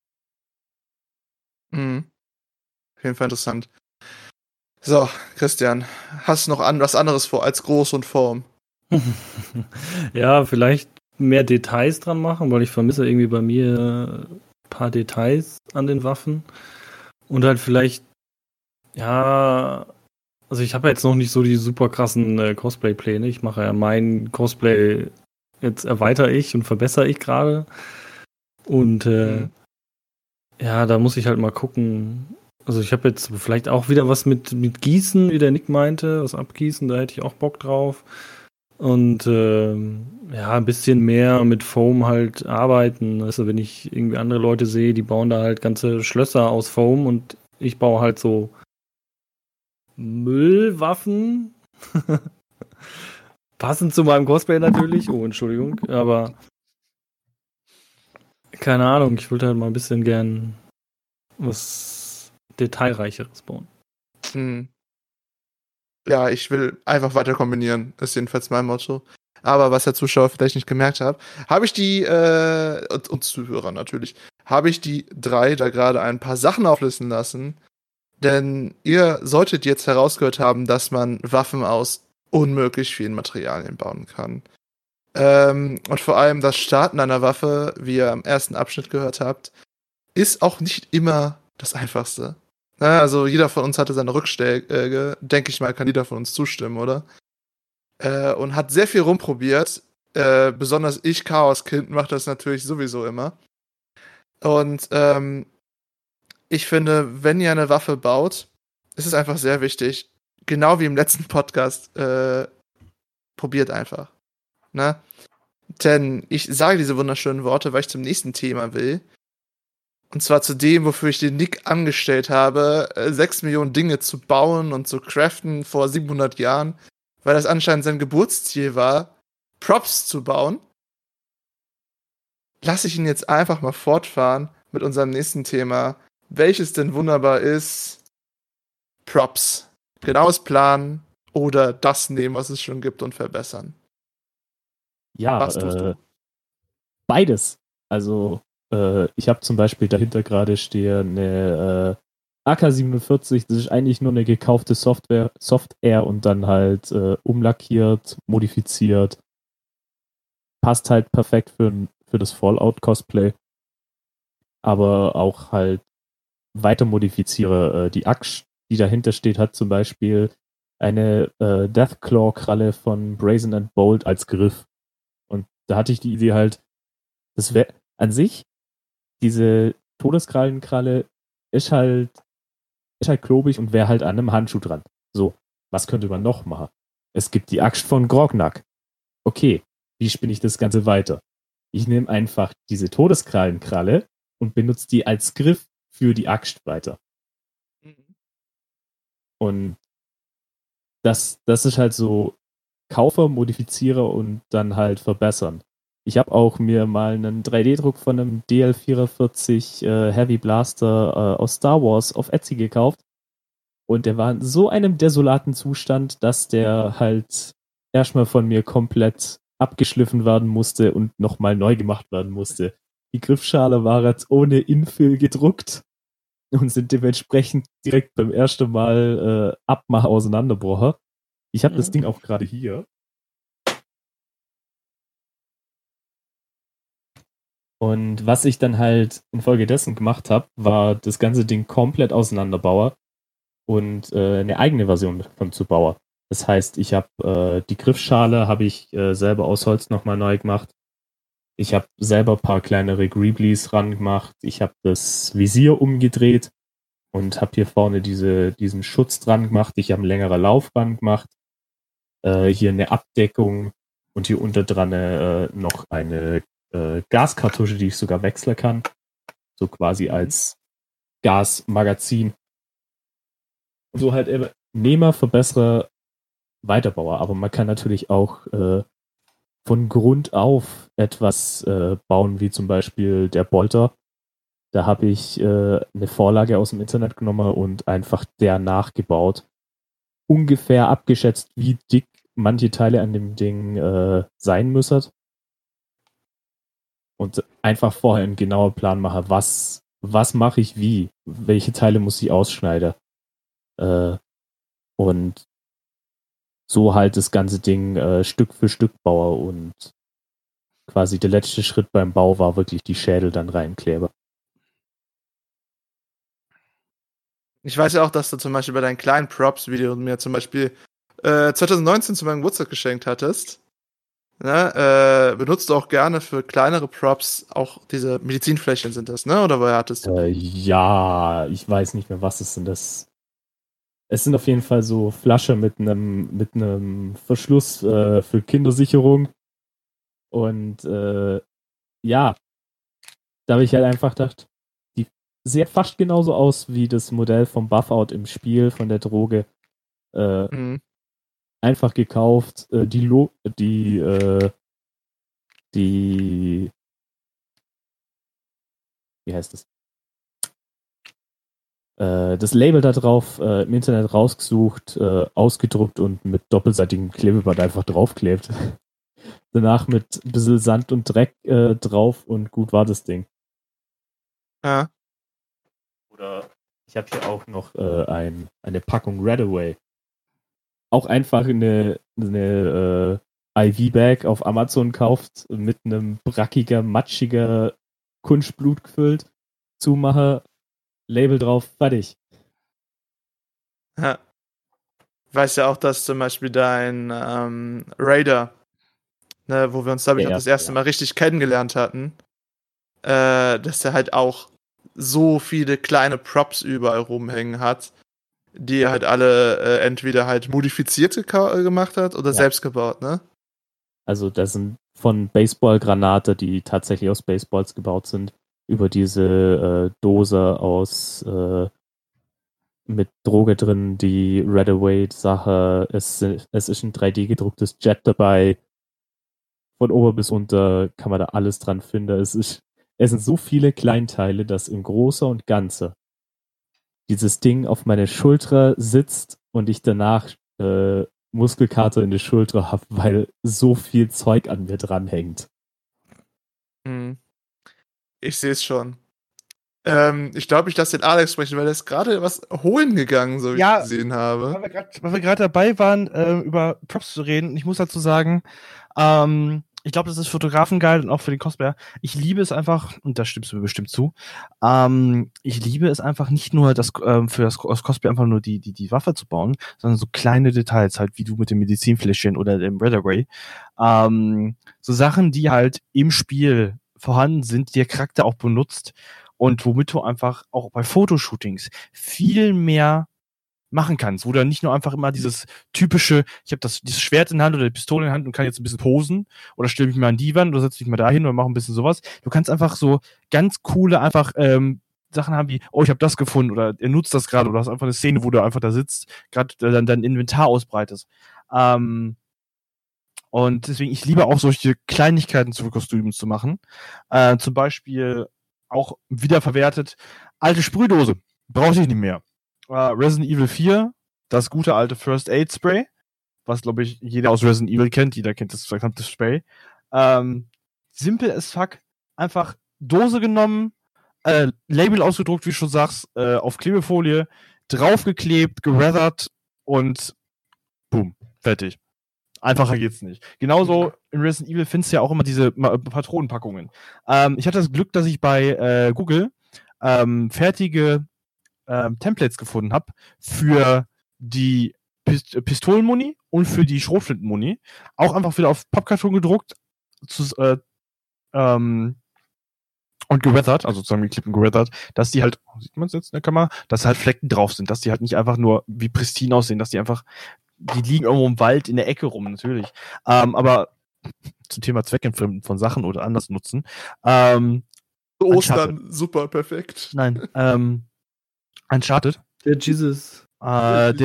Mhm. Auf jeden Fall interessant. So, Christian, hast du noch was anderes vor als Groß und Form? Ja, vielleicht mehr Details dran machen, weil ich vermisse irgendwie bei mir ein paar Details an den Waffen. Und halt vielleicht, ja, also ich habe jetzt noch nicht so die super krassen Cosplay-Pläne. Ich mache ja mein Cosplay, jetzt erweitere ich und verbessere ich gerade. Und ja, da muss ich halt mal gucken. Also ich habe jetzt vielleicht auch wieder was mit Gießen, wie der Nick meinte, was abgießen, da hätte ich auch Bock drauf. Und ja, ein bisschen mehr mit Foam halt arbeiten. Also wenn ich irgendwie andere Leute sehe, die bauen da halt ganze Schlösser aus Foam und ich baue halt so Müllwaffen. Passend zu meinem Cosplay natürlich. Oh, Entschuldigung. Aber keine Ahnung, ich würde halt mal ein bisschen gern was Detailreicheres bauen. Ja, ich will einfach weiter kombinieren. Das ist jedenfalls mein Motto. Aber was der Zuschauer vielleicht nicht gemerkt hat, habe ich die, und Zuhörer natürlich, habe ich die 3 da gerade ein paar Sachen auflisten lassen. Denn ihr solltet jetzt herausgehört haben, dass man Waffen aus unmöglich vielen Materialien bauen kann. Und vor allem das Starten einer Waffe, wie ihr im ersten Abschnitt gehört habt, ist auch nicht immer das Einfachste. Also jeder von uns hatte seine Rückschläge, denke ich mal, kann jeder von uns zustimmen, oder? Und hat sehr viel rumprobiert. Besonders ich, Chaoskind, mache das natürlich sowieso immer. Und ich finde, wenn ihr eine Waffe baut, es ist einfach sehr wichtig, genau wie im letzten Podcast, probiert einfach. Ne? Denn ich sage diese wunderschönen Worte, weil ich zum nächsten Thema will. Und zwar zu dem, wofür ich den Nick angestellt habe, 6 Millionen Dinge zu bauen und zu craften vor 700 Jahren, weil das anscheinend sein Geburtsziel war, Props zu bauen. Lasse ich ihn jetzt einfach mal fortfahren mit unserem nächsten Thema, welches denn wunderbar ist, Props. Genaues Planen oder das nehmen, was es schon gibt und verbessern. Ja, Was tust du? Beides. Also, ich habe zum Beispiel dahinter gerade stehe eine AK-47, das ist eigentlich nur eine gekaufte Software und dann halt umlackiert, modifiziert. Passt halt perfekt für das Fallout-Cosplay. Aber auch halt weiter modifiziere. Die Axt, die dahinter steht, hat zum Beispiel eine Deathclaw-Kralle von Brazen and Bold als Griff. Und da hatte ich die Idee halt, das wäre an sich, diese Todeskrallenkralle ist halt klobig und wäre halt an einem Handschuh dran. So, was könnte man noch machen? Es gibt die Axt von Grognak. Okay, wie spinne ich das Ganze weiter? Ich nehme einfach diese Todeskrallenkralle und benutze die als Griff für die Axt weiter. Und das ist halt so Kaufer, Modifizierer und dann halt verbessern. Ich habe auch mir mal einen 3D-Druck von einem DL44 Heavy Blaster aus Star Wars auf Etsy gekauft. Und der war in so einem desolaten Zustand, dass der halt erstmal von mir komplett abgeschliffen werden musste und nochmal neu gemacht werden musste. Die Griffschale war jetzt ohne Infill gedruckt und sind dementsprechend direkt beim ersten Mal Abmach auseinanderbrochen. Ich habe das Ding auch gerade hier. Und was ich dann halt infolgedessen gemacht habe, war das ganze Ding komplett auseinanderbauen und eine eigene Version davon zu bauen. Das heißt, ich habe die Griffschale habe ich selber aus Holz nochmal neu gemacht. Ich habe selber ein paar kleinere Greeblies ran gemacht. Ich habe das Visier umgedreht und habe hier vorne diesen Schutz dran gemacht. Ich habe einen längeren Lauf ran gemacht. Hier eine Abdeckung und hier unter dran noch eine Gaskartusche, die ich sogar wechseln kann. So quasi als Gasmagazin. Und so halt eben Nehmer, Verbesserer, Weiterbauer. Aber man kann natürlich auch von Grund auf etwas bauen, wie zum Beispiel der Bolter. Da habe ich eine Vorlage aus dem Internet genommen und einfach der nachgebaut. Ungefähr abgeschätzt, wie dick manche Teile an dem Ding sein müssen. Und einfach vorher einen genauen Plan machen, was mache ich wie, welche Teile muss ich ausschneiden. Und so halt das ganze Ding Stück für Stück baue und quasi der letzte Schritt beim Bau war wirklich die Schädel dann reinklebe. Ich weiß ja auch, dass du zum Beispiel bei deinen kleinen Props, wie du mir zum Beispiel 2019 zu meinem Geburtstag geschenkt hattest, ne, benutzt du auch gerne für kleinere Props auch diese Medizinfläschchen sind das, ne? Oder woher hattest du? Ja, ich weiß nicht mehr, was es sind. Es sind auf jeden Fall so Flaschen mit einem Verschluss für Kindersicherung. Und ja, da habe ich halt einfach gedacht, die sieht fast genauso aus wie das Modell vom Buffout im Spiel von der Droge. Einfach gekauft, die wie heißt das? Das Label da drauf im Internet rausgesucht, ausgedruckt und mit doppelseitigem Klebeband einfach draufklebt. Danach mit ein bisschen Sand und Dreck drauf und gut war das Ding. Ja. Oder ich habe hier auch noch eine Packung Redaway. Auch einfach eine IV-Bag auf Amazon kauft, mit einem brackiger, matschiger Kunstblut gefüllt, zumache, Label drauf, fertig. Ja. Ich weiß ja auch, dass zum Beispiel dein Raider, ne, wo wir uns, glaube ich, auch das erste Mal richtig kennengelernt hatten, dass er halt auch so viele kleine Props überall rumhängen hat, die er halt alle entweder halt modifiziert gemacht hat oder selbst gebaut, ne? Also das sind von Baseballgranate, die tatsächlich aus Baseballs gebaut sind, über diese Dose aus mit Droge drin, die Redaway-Sache. Es ist ein 3D gedrucktes Jet dabei. Von ober bis unter kann man da alles dran finden. Es sind so viele Kleinteile, dass im Großen und Ganzen dieses Ding auf meine Schulter sitzt und ich danach Muskelkater in der Schulter habe, weil so viel Zeug an mir dranhängt. Ich sehe es schon. Ich glaube, ich lasse den Alex sprechen, weil er ist gerade was holen gegangen, so wie ich gesehen habe. Weil wir gerade dabei waren, über Props zu reden. Ich muss dazu sagen, ich glaube, das ist Fotografen geil und auch für den Cosplayer. Ich liebe es einfach, und da stimmst du mir bestimmt zu, ich liebe es einfach nicht nur, für das Cosplay einfach nur die Waffe zu bauen, sondern so kleine Details, halt wie du mit dem Medizinfläschchen oder dem Redaway. So Sachen, die halt im Spiel vorhanden sind, die der Charakter auch benutzt und womit du einfach auch bei Fotoshootings viel mehr machen kannst, wo du nicht nur einfach immer dieses typische, ich habe dieses Schwert in der Hand oder die Pistole in der Hand und kann jetzt ein bisschen posen oder stelle mich mal an die Wand oder setze mich mal dahin oder mache ein bisschen sowas. Du kannst einfach so ganz coole einfach Sachen haben wie, oh, ich habe das gefunden oder er nutzt das gerade oder hast einfach eine Szene, wo du einfach da sitzt, gerade dann dein Inventar ausbreitest. Und deswegen, ich liebe auch solche Kleinigkeiten zu Kostümen zu machen. Zum Beispiel auch wiederverwertet, alte Sprühdose. Brauche ich nicht mehr. Resident Evil 4, das gute alte First Aid Spray, was, glaube ich, jeder aus Resident Evil kennt. Jeder kennt das verdammte Spray. Simpel as fuck. Einfach Dose genommen, Label ausgedruckt, wie du schon sagst, auf Klebefolie, draufgeklebt, geweathert und boom, fertig. Einfacher geht's nicht. Genauso in Resident Evil findest du ja auch immer diese Patronenpackungen. Ich hatte das Glück, dass ich bei Google fertige Templates gefunden habe für die Pistolenmuni und für die Schrotflintenmuni. Auch einfach wieder auf Pappkarton gedruckt und geweathert, also sozusagen geklebt und geweathert, dass die halt, sieht man es jetzt in der Kamera, dass halt Flecken drauf sind, dass die halt nicht einfach nur wie pristine aussehen, dass die einfach, die liegen irgendwo im Wald in der Ecke rum, natürlich. Aber zum Thema Zweckentfremden von Sachen oder anders nutzen. Ostern, super, perfekt. Nein, Uncharted. Der Jesus. Der,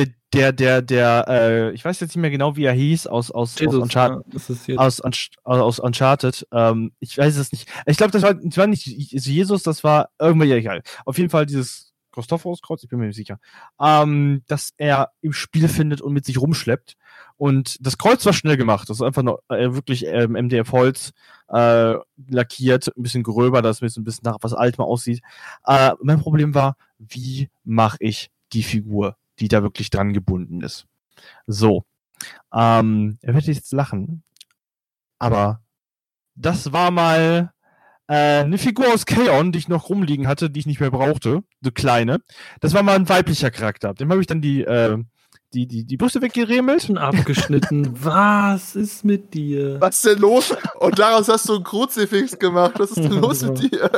ich weiß jetzt nicht mehr genau, wie er hieß, aus Uncharted. Aus Uncharted. Ich weiß es nicht. Ich glaube, das war nicht Jesus, das war irgendwie egal. Auf jeden Fall dieses Christophorus-Kreuz, ich bin mir nicht sicher. Dass er im Spiel findet und mit sich rumschleppt. Und das Kreuz war schnell gemacht. Das ist einfach nur wirklich MDF-Holz lackiert, ein bisschen gröber, dass es ein bisschen nach was Altem aussieht. Mein Problem war, wie mache ich die Figur, die da wirklich dran gebunden ist? So. Er wird jetzt lachen. Aber das war mal eine Figur aus K-On!, die ich noch rumliegen hatte, die ich nicht mehr brauchte. So kleine. Das war mal ein weiblicher Charakter. Dem habe ich dann die Brüste weggeremelt. Und abgeschnitten. Was ist mit dir? Was ist denn los? Und daraus hast du einen Kruzifix gemacht. Was ist denn los mit dir?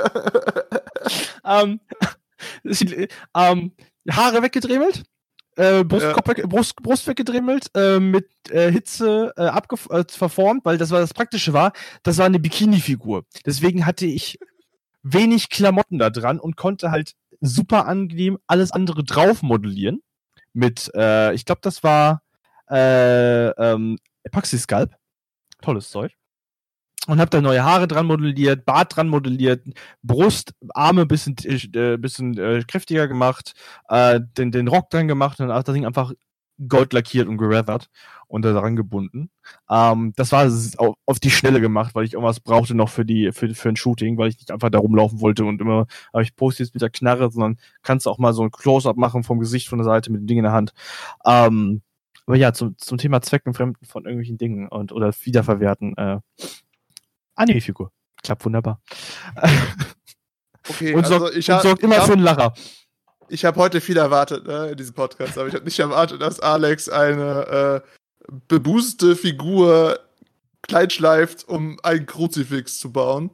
Haare weggedremelt, Brust weggedremelt, mit Hitze verformt, weil das Praktische war, das war eine Bikini-Figur. Deswegen hatte ich wenig Klamotten da dran und konnte halt super angenehm alles andere drauf modellieren. Mit, ich glaube, das war Epoxy-Sculpt. Tolles Zeug. Und habe da neue Haare dran modelliert, Bart dran modelliert, Brust, Arme bisschen kräftiger gemacht, den Rock dran gemacht und das Ding einfach gold lackiert und geweathert und da dran gebunden. Das war auf die Schnelle gemacht, weil ich irgendwas brauchte noch für ein Shooting, weil ich nicht einfach da rumlaufen wollte und immer, aber ich poste jetzt mit der Knarre, sondern kannst auch mal so ein Close-Up machen vom Gesicht von der Seite mit dem Ding in der Hand. Aber ja, zum Thema Zweckentfremden von irgendwelchen Dingen oder Wiederverwerten, Anime-Figur. Klappt wunderbar. Okay, und sorgt immer für einen Lacher. Ich habe heute viel erwartet, in diesem Podcast, aber ich habe nicht erwartet, dass Alex eine bebuste Figur kleinschleift, um einen Kruzifix zu bauen.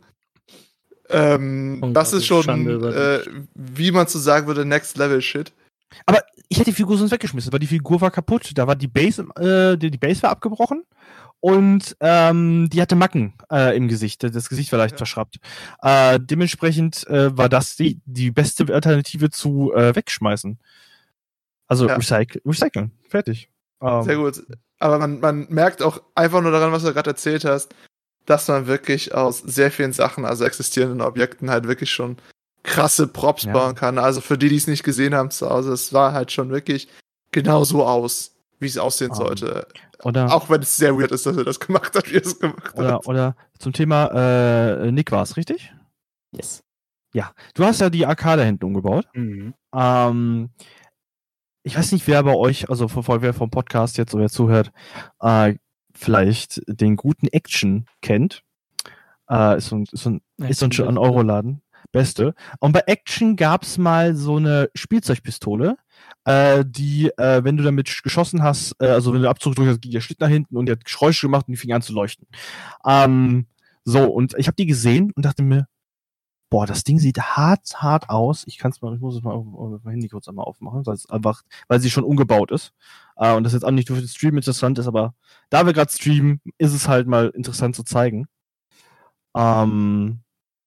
Das ist schon, wie man so sagen würde, Next Level Shit. Aber ich hätte die Figur sonst weggeschmissen, weil die Figur war kaputt. Da war die Base, die Base war abgebrochen und die hatte Macken im Gesicht. Das Gesicht war leicht verschraubt. Dementsprechend war das die beste Alternative zu wegschmeißen. Also recyceln. Fertig. Sehr gut. Aber man merkt auch einfach nur daran, was du gerade erzählt hast, dass man wirklich aus sehr vielen Sachen, also existierenden Objekten, halt wirklich schon krasse Props bauen kann. Also für die es nicht gesehen haben zu Hause, es war halt schon wirklich genau so aus, wie es aussehen sollte. Oder auch wenn es sehr weird ist, dass er das gemacht hat, wie er es gemacht hat. Oder zum Thema Nick war es, richtig? Yes. Ja, du hast ja die Arcade hinten umgebaut. Mhm. Ich weiß nicht, wer bei euch, also wer vom Podcast jetzt oder zuhört, vielleicht den guten Action kennt. Ist so ein Euroladen. Beste. Und bei Action gab's mal so eine Spielzeugpistole, die, wenn du damit geschossen hast, also wenn du Abzug gedrückt hast, ging der Schnitt nach hinten und die hat Geräusche gemacht und die fing an zu leuchten. So, und ich habe die gesehen und dachte mir, boah, das Ding sieht hart aus. Ich muss es mal auf mein Handy kurz einmal aufmachen, weil sie schon umgebaut ist. Und das jetzt auch nicht nur für den Stream interessant ist, aber da wir gerade streamen, ist es halt mal interessant zu zeigen. Und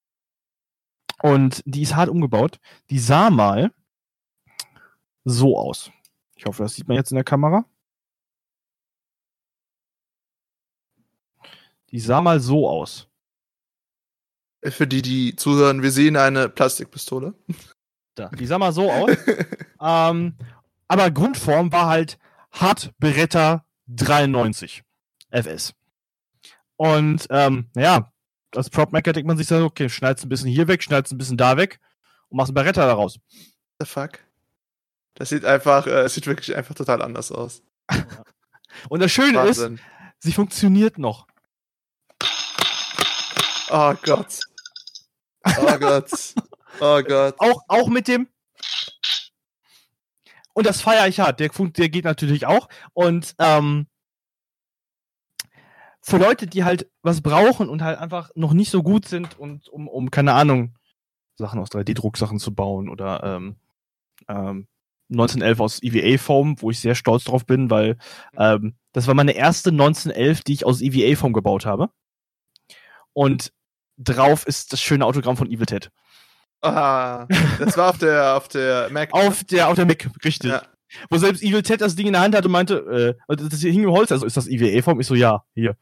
die ist hart umgebaut. Die sah mal so aus. Ich hoffe, das sieht man jetzt in der Kamera. Die sah mal so aus. Für die zuhören, wir sehen eine Plastikpistole. Die sah mal so aus. Aber Grundform war halt Hart Beretta 93 FS. Und als Prop-Maker denkt man sich so, okay, schneidest ein bisschen hier weg, schneidest ein bisschen da weg und machst ein Beretta daraus. The fuck? Das sieht wirklich einfach total anders aus. Und das Schöne Wahnsinn. ist, sie funktioniert noch. Oh Gott. Oh Gott. Oh Gott. Auch mit dem. Und das feiere ich hart. Der geht natürlich auch. Und für Leute, die halt was brauchen und halt einfach noch nicht so gut sind und um keine Ahnung, Sachen aus 3D-Drucksachen zu bauen oder 1911 aus EVA-Foam, wo ich sehr stolz drauf bin, weil das war meine erste 1911, die ich aus EVA-Foam gebaut habe. Und drauf ist das schöne Autogramm von Evil Ted. Ah, das war auf der Mac. Auf der Mac, richtig. Ja. Wo selbst Evil Ted das Ding in der Hand hat und meinte, das hing im Holz, also ist das EVA-Form? Ich so, ja, hier.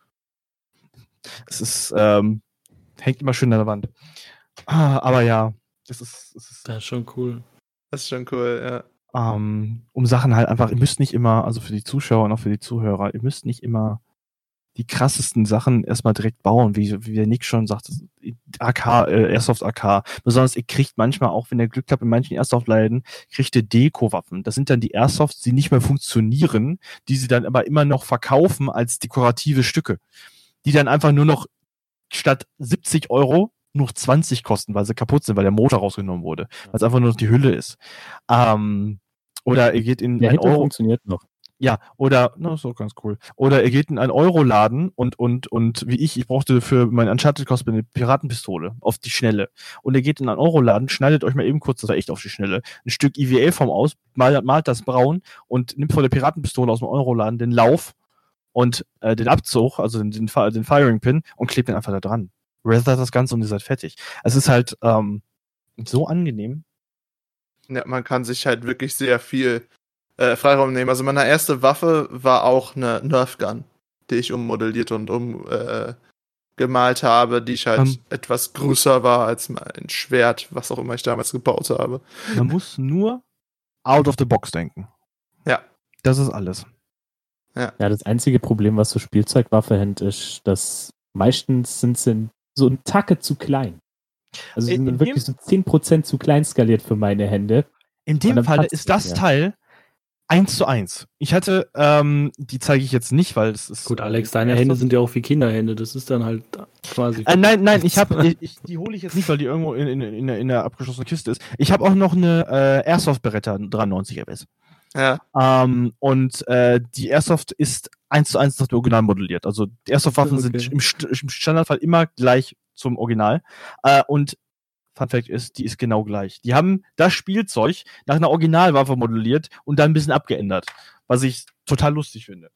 Es ist, hängt immer schön an der Wand. Aber ja, das ist schon cool. Das ist schon cool, ja. Um Sachen halt einfach, ihr müsst nicht immer, also für die Zuschauer und auch für die Zuhörer, ihr müsst nicht immer die krassesten Sachen erstmal direkt bauen, wie der Nick schon sagt, Airsoft AK. Besonders ihr kriegt manchmal auch, wenn ihr Glück habt, in manchen Airsoft-Läden, kriegt ihr Deko-Waffen. Das sind dann die Airsofts, die nicht mehr funktionieren, die sie dann aber immer noch verkaufen als dekorative Stücke. Die dann einfach nur noch statt 70 € nur 20 kosten, weil sie kaputt sind, weil der Motor rausgenommen wurde. Weil es einfach nur noch die Hülle ist. Oder ihr geht in der Euro funktioniert noch. Ja, oder, das ist auch ganz cool. Oder ihr geht in einen Euroladen und wie ich brauchte für mein Uncharted Cosplay eine Piratenpistole auf die Schnelle. Und ihr geht in einen Euroladen, schneidet euch mal eben kurz, das war echt auf die Schnelle, ein Stück EVA-Form aus, malt das braun und nimmt von der Piratenpistole aus dem Euroladen den Lauf und den Abzug, also den Firing-Pin und klebt den einfach da dran. Reset das Ganze und ihr seid fertig. Es ist halt so angenehm. Ja, man kann sich halt wirklich sehr viel Freiraum nehmen. Also meine erste Waffe war auch eine Nerf Gun, die ich ummodelliert und gemalt habe, die ich halt etwas größer war als mein Schwert, was auch immer ich damals gebaut habe. Man muss nur out of the box denken. Ja. Das ist alles. Ja, das einzige Problem, was so Spielzeugwaffe hat, ist, dass meistens sind sie so ein Tacke zu klein. Also sie sind wirklich so 10% zu klein skaliert für meine Hände. In dem Fall ist das Teil 1:1. Ich hatte, die zeige ich jetzt nicht, weil es ist... Gut, Alex, deine Hände sind ja auch wie Kinderhände. Das ist dann halt quasi... Nein, die hole ich jetzt nicht, weil die irgendwo in der abgeschlossenen Kiste ist. Ich habe auch noch eine Airsoft Beretta 93 FS. Ja. Und die Airsoft ist 1:1 das Original modelliert. Also die Airsoft-Waffen sind im Standardfall immer gleich zum Original. Und Fun Fact ist, die ist genau gleich. Die haben das Spielzeug nach einer Originalwaffe modelliert und dann ein bisschen abgeändert. Was ich total lustig finde.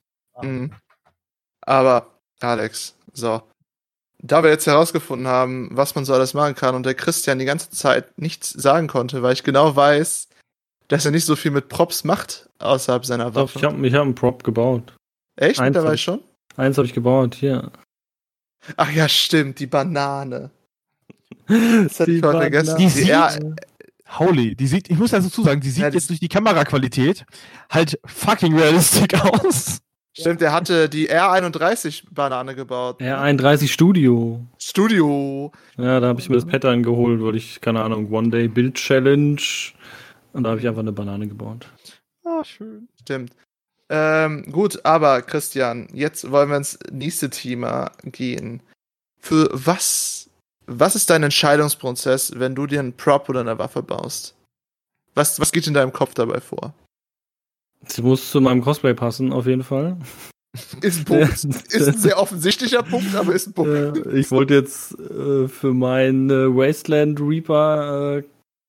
Aber, Alex, so. Da wir jetzt herausgefunden haben, was man so alles machen kann und der Christian die ganze Zeit nichts sagen konnte, weil ich genau weiß, dass er nicht so viel mit Props macht, außerhalb seiner Waffe. Doch, ich hab einen Prop gebaut. Echt? Mittlerweile schon? Eins habe ich gebaut, hier. Ach ja, stimmt, die Banane. Das hatte ich voll vergessen. Die sieht, Holy, ich muss dazu sagen, die sieht jetzt durch die Kameraqualität halt fucking realistic aus. Stimmt, der hatte die R31-Banane gebaut. R31 Studio. Ja, da habe ich mir das Pattern geholt, weil ich, keine Ahnung, One-Day-Build-Challenge und da habe ich einfach eine Banane gebaut. Ah, schön. Stimmt. Gut, aber Christian, jetzt wollen wir ins nächste Thema gehen. Für was ist dein Entscheidungsprozess, wenn du dir einen Prop oder eine Waffe baust? Was geht in deinem Kopf dabei vor? Sie muss zu meinem Cosplay passen, auf jeden Fall. Ist ein Punkt. Ist ein sehr offensichtlicher Punkt, aber ist ein Punkt. Ich wollte jetzt für meinen Wasteland Reaper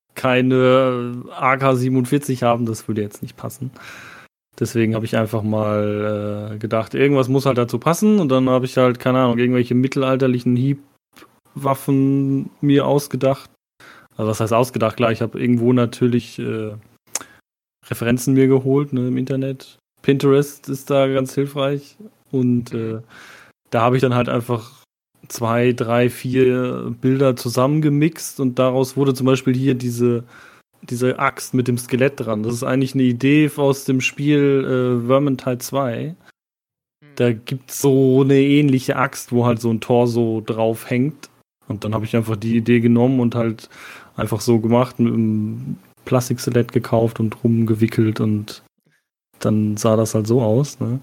keine AK-47 haben, das würde jetzt nicht passen. Deswegen habe ich einfach mal gedacht, irgendwas muss halt dazu passen und dann habe ich halt, keine Ahnung, irgendwelche mittelalterlichen Hiebwaffen mir ausgedacht. Also was heißt ausgedacht? Klar, ich habe irgendwo natürlich Referenzen mir geholt, ne, im Internet. Pinterest ist da ganz hilfreich und da habe ich dann halt einfach 2, 3, 4 Bilder zusammengemixt und daraus wurde zum Beispiel hier diese Axt mit dem Skelett dran. Das ist eigentlich eine Idee aus dem Spiel Vermintide 2. Da gibt es so eine ähnliche Axt, wo halt so ein Torso drauf hängt. Und dann habe ich einfach die Idee genommen und halt einfach so gemacht, mit einem Plastikskelett gekauft und rumgewickelt und dann sah das halt so aus, ne?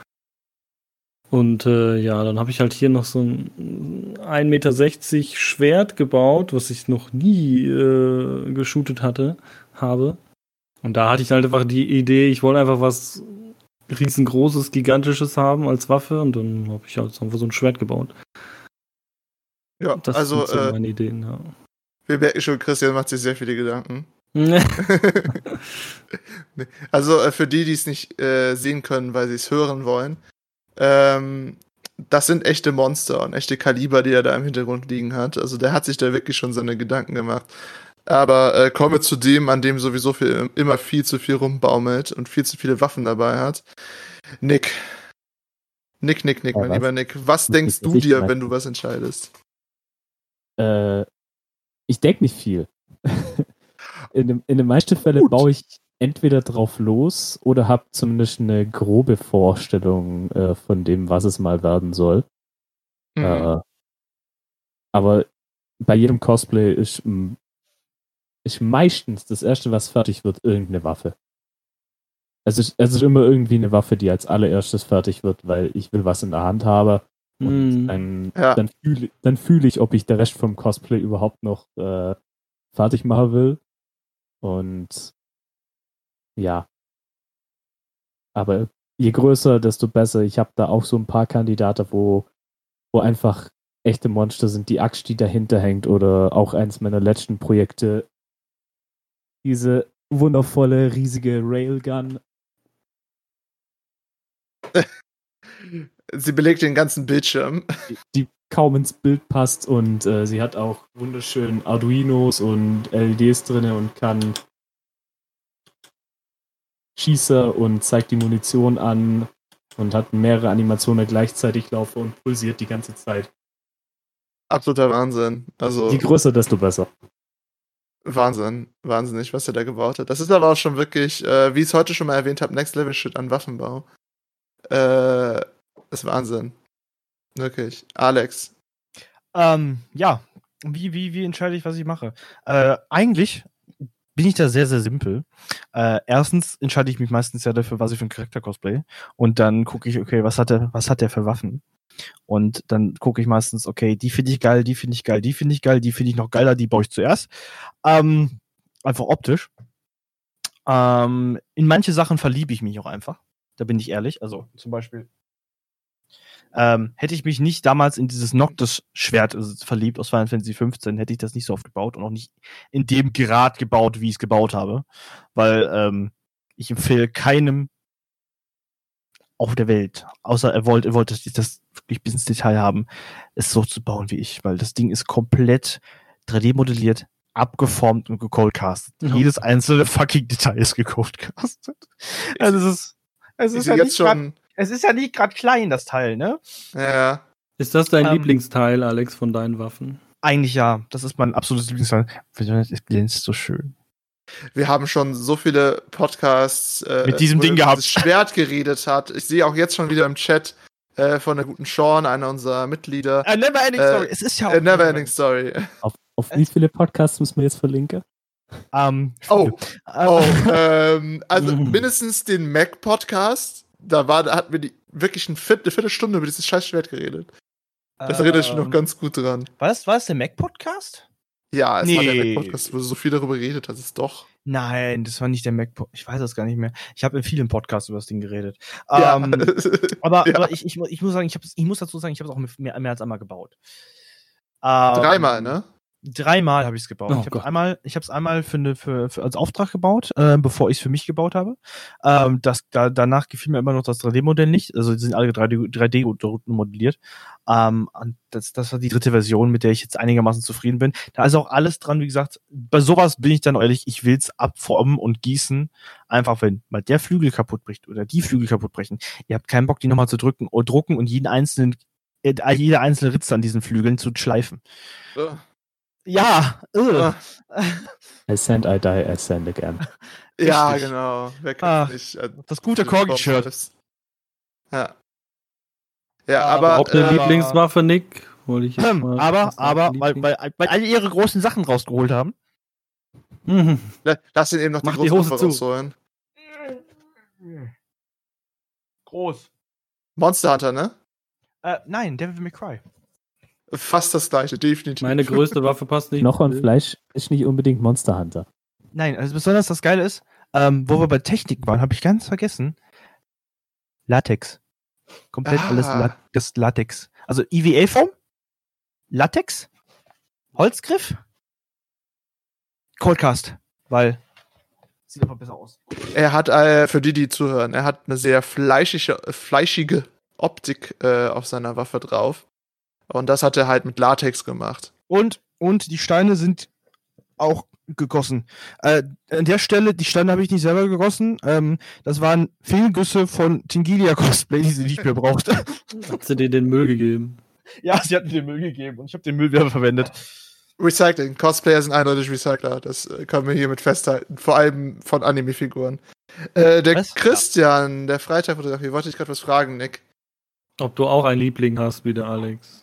Und dann habe ich halt hier noch so ein 1,60 Meter Schwert gebaut, was ich noch nie geshootet habe. Und da hatte ich halt einfach die Idee, ich wollte einfach was riesengroßes, gigantisches haben als Waffe und dann habe ich halt einfach so ein Schwert gebaut. Ja, das also sind so meine Ideen, ja. Wir merken schon, Christian macht sich sehr viele Gedanken. Also für die es nicht sehen können, weil sie es hören wollen, das sind echte Monster und echte Kaliber, die er da im Hintergrund liegen hat. Also der hat sich da wirklich schon seine Gedanken gemacht. Aber kommen wir zu dem, an dem sowieso immer viel zu viel rumbaumelt und viel zu viele Waffen dabei hat. Nick, mein lieber Nick, was denkst du dir, wenn du was entscheidest? Ich denke nicht viel. In den meisten Fällen baue ich entweder drauf los oder habe zumindest eine grobe Vorstellung von dem, was es mal werden soll. Aber bei jedem Cosplay ist meistens das erste, was fertig wird, irgendeine Waffe. Es ist immer irgendwie eine Waffe, die als allererstes fertig wird, weil ich will was in der Hand haben. Und dann fühle ich, ob ich der Rest vom Cosplay überhaupt noch fertig machen will. Und ja. Aber je größer, desto besser. Ich habe da auch so ein paar Kandidaten, wo einfach echte Monster sind, die Axt, die dahinter hängt, oder auch eins meiner letzten Projekte, diese wundervolle, riesige Railgun. Sie belegt den ganzen Bildschirm. Die kaum ins Bild passt und sie hat auch wunderschön Arduinos und LEDs drin und kann schießen und zeigt die Munition an und hat mehrere Animationen gleichzeitig laufen und pulsiert die ganze Zeit. Absoluter Wahnsinn. Also, je größer, desto besser. Wahnsinnig, was er da gebaut hat. Das ist aber auch schon wirklich, wie ich es heute schon mal erwähnt habe, Next Level Shit an Waffenbau. Ist Wahnsinn. Wirklich. Alex. Ja. Wie entscheide ich, was ich mache? Eigentlich bin ich da sehr, sehr simpel. Erstens entscheide ich mich meistens ja dafür, was ich für einen Charakter cosplay. Und dann gucke ich, okay, was hat der für Waffen? Und dann gucke ich meistens, okay, die finde ich geil, die finde ich geil, die finde ich geil, die finde ich noch geiler, die baue ich zuerst. Einfach optisch. In manche Sachen verliebe ich mich auch einfach. Da bin ich ehrlich. Also zum Beispiel Hätte ich mich nicht damals in dieses Noctis-Schwert verliebt aus Final Fantasy 15, hätte ich das nicht so oft gebaut und auch nicht in dem Grad gebaut, wie ich es gebaut habe. Weil ich empfehle keinem auf der Welt, außer er wollte das wirklich bis ins Detail haben, es so zu bauen wie ich, weil das Ding ist komplett 3D-modelliert, abgeformt und gecoldcastet. Ja. Jedes einzelne fucking Detail ist gecoldcastet. Also es ist ja nicht gerade klein, das Teil, ne? Ja. Ist das dein Lieblingsteil, Alex, von deinen Waffen? Eigentlich ja. Das ist mein absolutes Lieblingsteil. Es glänzt so schön. Wir haben schon so viele Podcasts mit diesem Ding gehabt. Das Schwert geredet hat. Ich sehe auch jetzt schon wieder im Chat von der guten Sean, einer unserer Mitglieder. Neverending Story. Es ist ja auch Neverending Story. Auf wie viele Podcasts müssen wir jetzt verlinken? Also mindestens den Mac-Podcast. Da hatten wir wirklich eine Viertelstunde über dieses scheiß Schwert geredet. Das erinnere ich mich noch ganz gut dran. War es der Mac-Podcast? Ja, es war der Mac-Podcast, wo du so viel darüber geredet hast. Ist doch. Nein, das war nicht der Mac-Podcast. Ich weiß das gar nicht mehr. Ich habe in vielen Podcasts über das Ding geredet. Ja. Aber ich muss sagen, ich muss dazu sagen, ich habe es auch mehr als einmal gebaut. 3-mal, ne? 3-mal habe ich es gebaut. Oh, ich habe es einmal für als Auftrag gebaut, bevor ich es für mich gebaut habe. Danach gefiel mir immer noch das 3D-Modell nicht. Also die sind alle 3D modelliert. Und das war die 3. Version, mit der ich jetzt einigermaßen zufrieden bin. Da ist auch alles dran, wie gesagt. Bei sowas bin ich dann ehrlich, ich will's abformen und gießen. Einfach, wenn mal der Flügel kaputt bricht oder die Flügel kaputt brechen. Ihr habt keinen Bock, die nochmal zu drucken und jeder einzelne Ritze an diesen Flügeln zu schleifen. Ja. I send, I die, I send again. Ja, genau. Wer kann nicht? Das gute Corgi-Shirt. Ja. Ja, aber auch eine Lieblingswaffe, Nick. Wollte ich jetzt mal weil alle ihre großen Sachen rausgeholt haben. Lass ihn eben noch die große Waffe rausholen. Groß. Monster Hunter, ne? Nein, Devil May Cry. Fast das gleiche, definitiv. Meine größte Waffe passt nicht. Knochen Fleisch ist nicht unbedingt Monster Hunter. Nein, also besonders das Geile ist, wo wir bei Technik waren, habe ich ganz vergessen. Latex. Komplett alles das Latex. Also EVA-Form, Latex, Holzgriff, Coldcast, weil sieht einfach besser aus. Er hat, für die zuhören, er hat eine sehr fleischige Optik auf seiner Waffe drauf. Und das hat er halt mit Latex gemacht. Und die Steine sind auch gegossen. An der Stelle, die Steine habe ich nicht selber gegossen. Das waren Fehlgüsse von Tingilia Cosplay, die sie nicht mehr brauchte. Hat sie dir den Müll gegeben? Ja, sie hat mir den Müll gegeben und ich habe den Müll wieder verwendet. Recycling. Cosplayer sind eindeutig Recycler. Das können wir hiermit festhalten. Vor allem von Anime-Figuren. Christian, der Freitagfotografie, wollte ich gerade was fragen, Nick. Ob du auch einen Liebling hast, wie der Alex?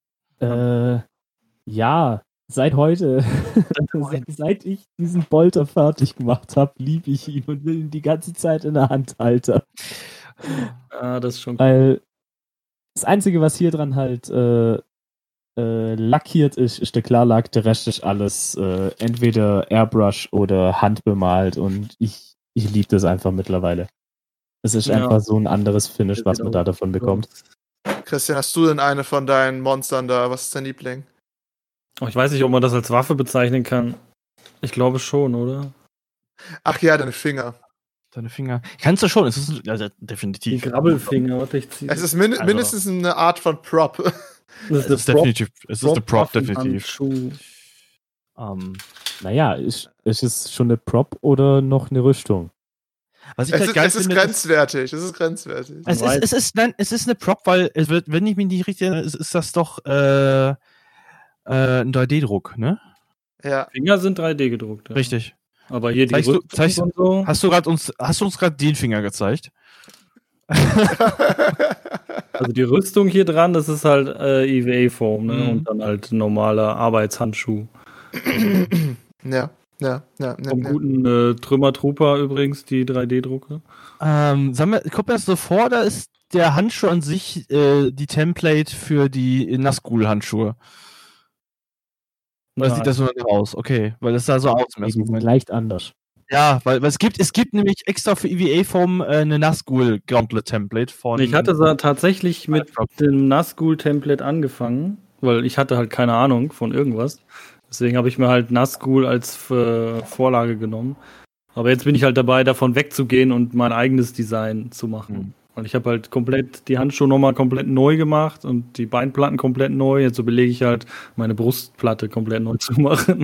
Ja, seit heute. Seit ich diesen Bolter fertig gemacht habe, liebe ich ihn und will ihn die ganze Zeit in der Hand halten. Das ist schon cool. Weil das Einzige, was hier dran halt lackiert ist der Klarlack, der Rest ist alles entweder Airbrush oder handbemalt und ich liebe das einfach mittlerweile. Es ist einfach so ein anderes Finish, was man da davon bekommt. Christian, hast du denn eine von deinen Monstern da? Was ist dein Liebling? Ich weiß nicht, ob man das als Waffe bezeichnen kann. Ich glaube schon, oder? Ach ja, deine Finger. Deine Finger. Kannst du schon, es ist definitiv. Die Grabbelfinger, warte, ich ziehe. Es ist mindestens eine Art von Prop. Es ist definitiv. Es ist eine Prop, definitiv. Naja, ist es schon eine Prop oder noch eine Rüstung? Was ich halt geil finde, grenzwertig. Es ist grenzwertig. Es ist eine Prop, weil es wird, wenn ich mich nicht richtig erinnere, ist das doch ein 3D-Druck, ne? Ja. Finger sind 3D gedruckt. Ja. Richtig. Aber hier die Rüstung und so. Hast du uns gerade den Finger gezeigt? Also die Rüstung hier dran, das ist halt EVA-Form, ne? Und dann halt normaler Arbeitshandschuh. Ja. Vom guten Trümmer-Trooper übrigens, die 3D-Drucke. Kommt mir das so vor, oder ist der Handschuh an sich die Template für die Nazgul-Handschuhe? Oder sieht das so aus? Okay, weil das sah so aus im ersten Moment. Leicht anders. Ja, weil es gibt nämlich extra für EVA-Form eine Nazgul Gauntlet-Template von. Ich hatte tatsächlich mit dem Nazgul-Template angefangen, weil ich hatte halt keine Ahnung von irgendwas. Deswegen habe ich mir halt Nazgul als Vorlage genommen. Aber jetzt bin ich halt dabei, davon wegzugehen und mein eigenes Design zu machen. Und ich habe halt komplett die Handschuhe nochmal komplett neu gemacht und die Beinplatten komplett neu. Jetzt überlege ich halt, meine Brustplatte komplett neu zu machen.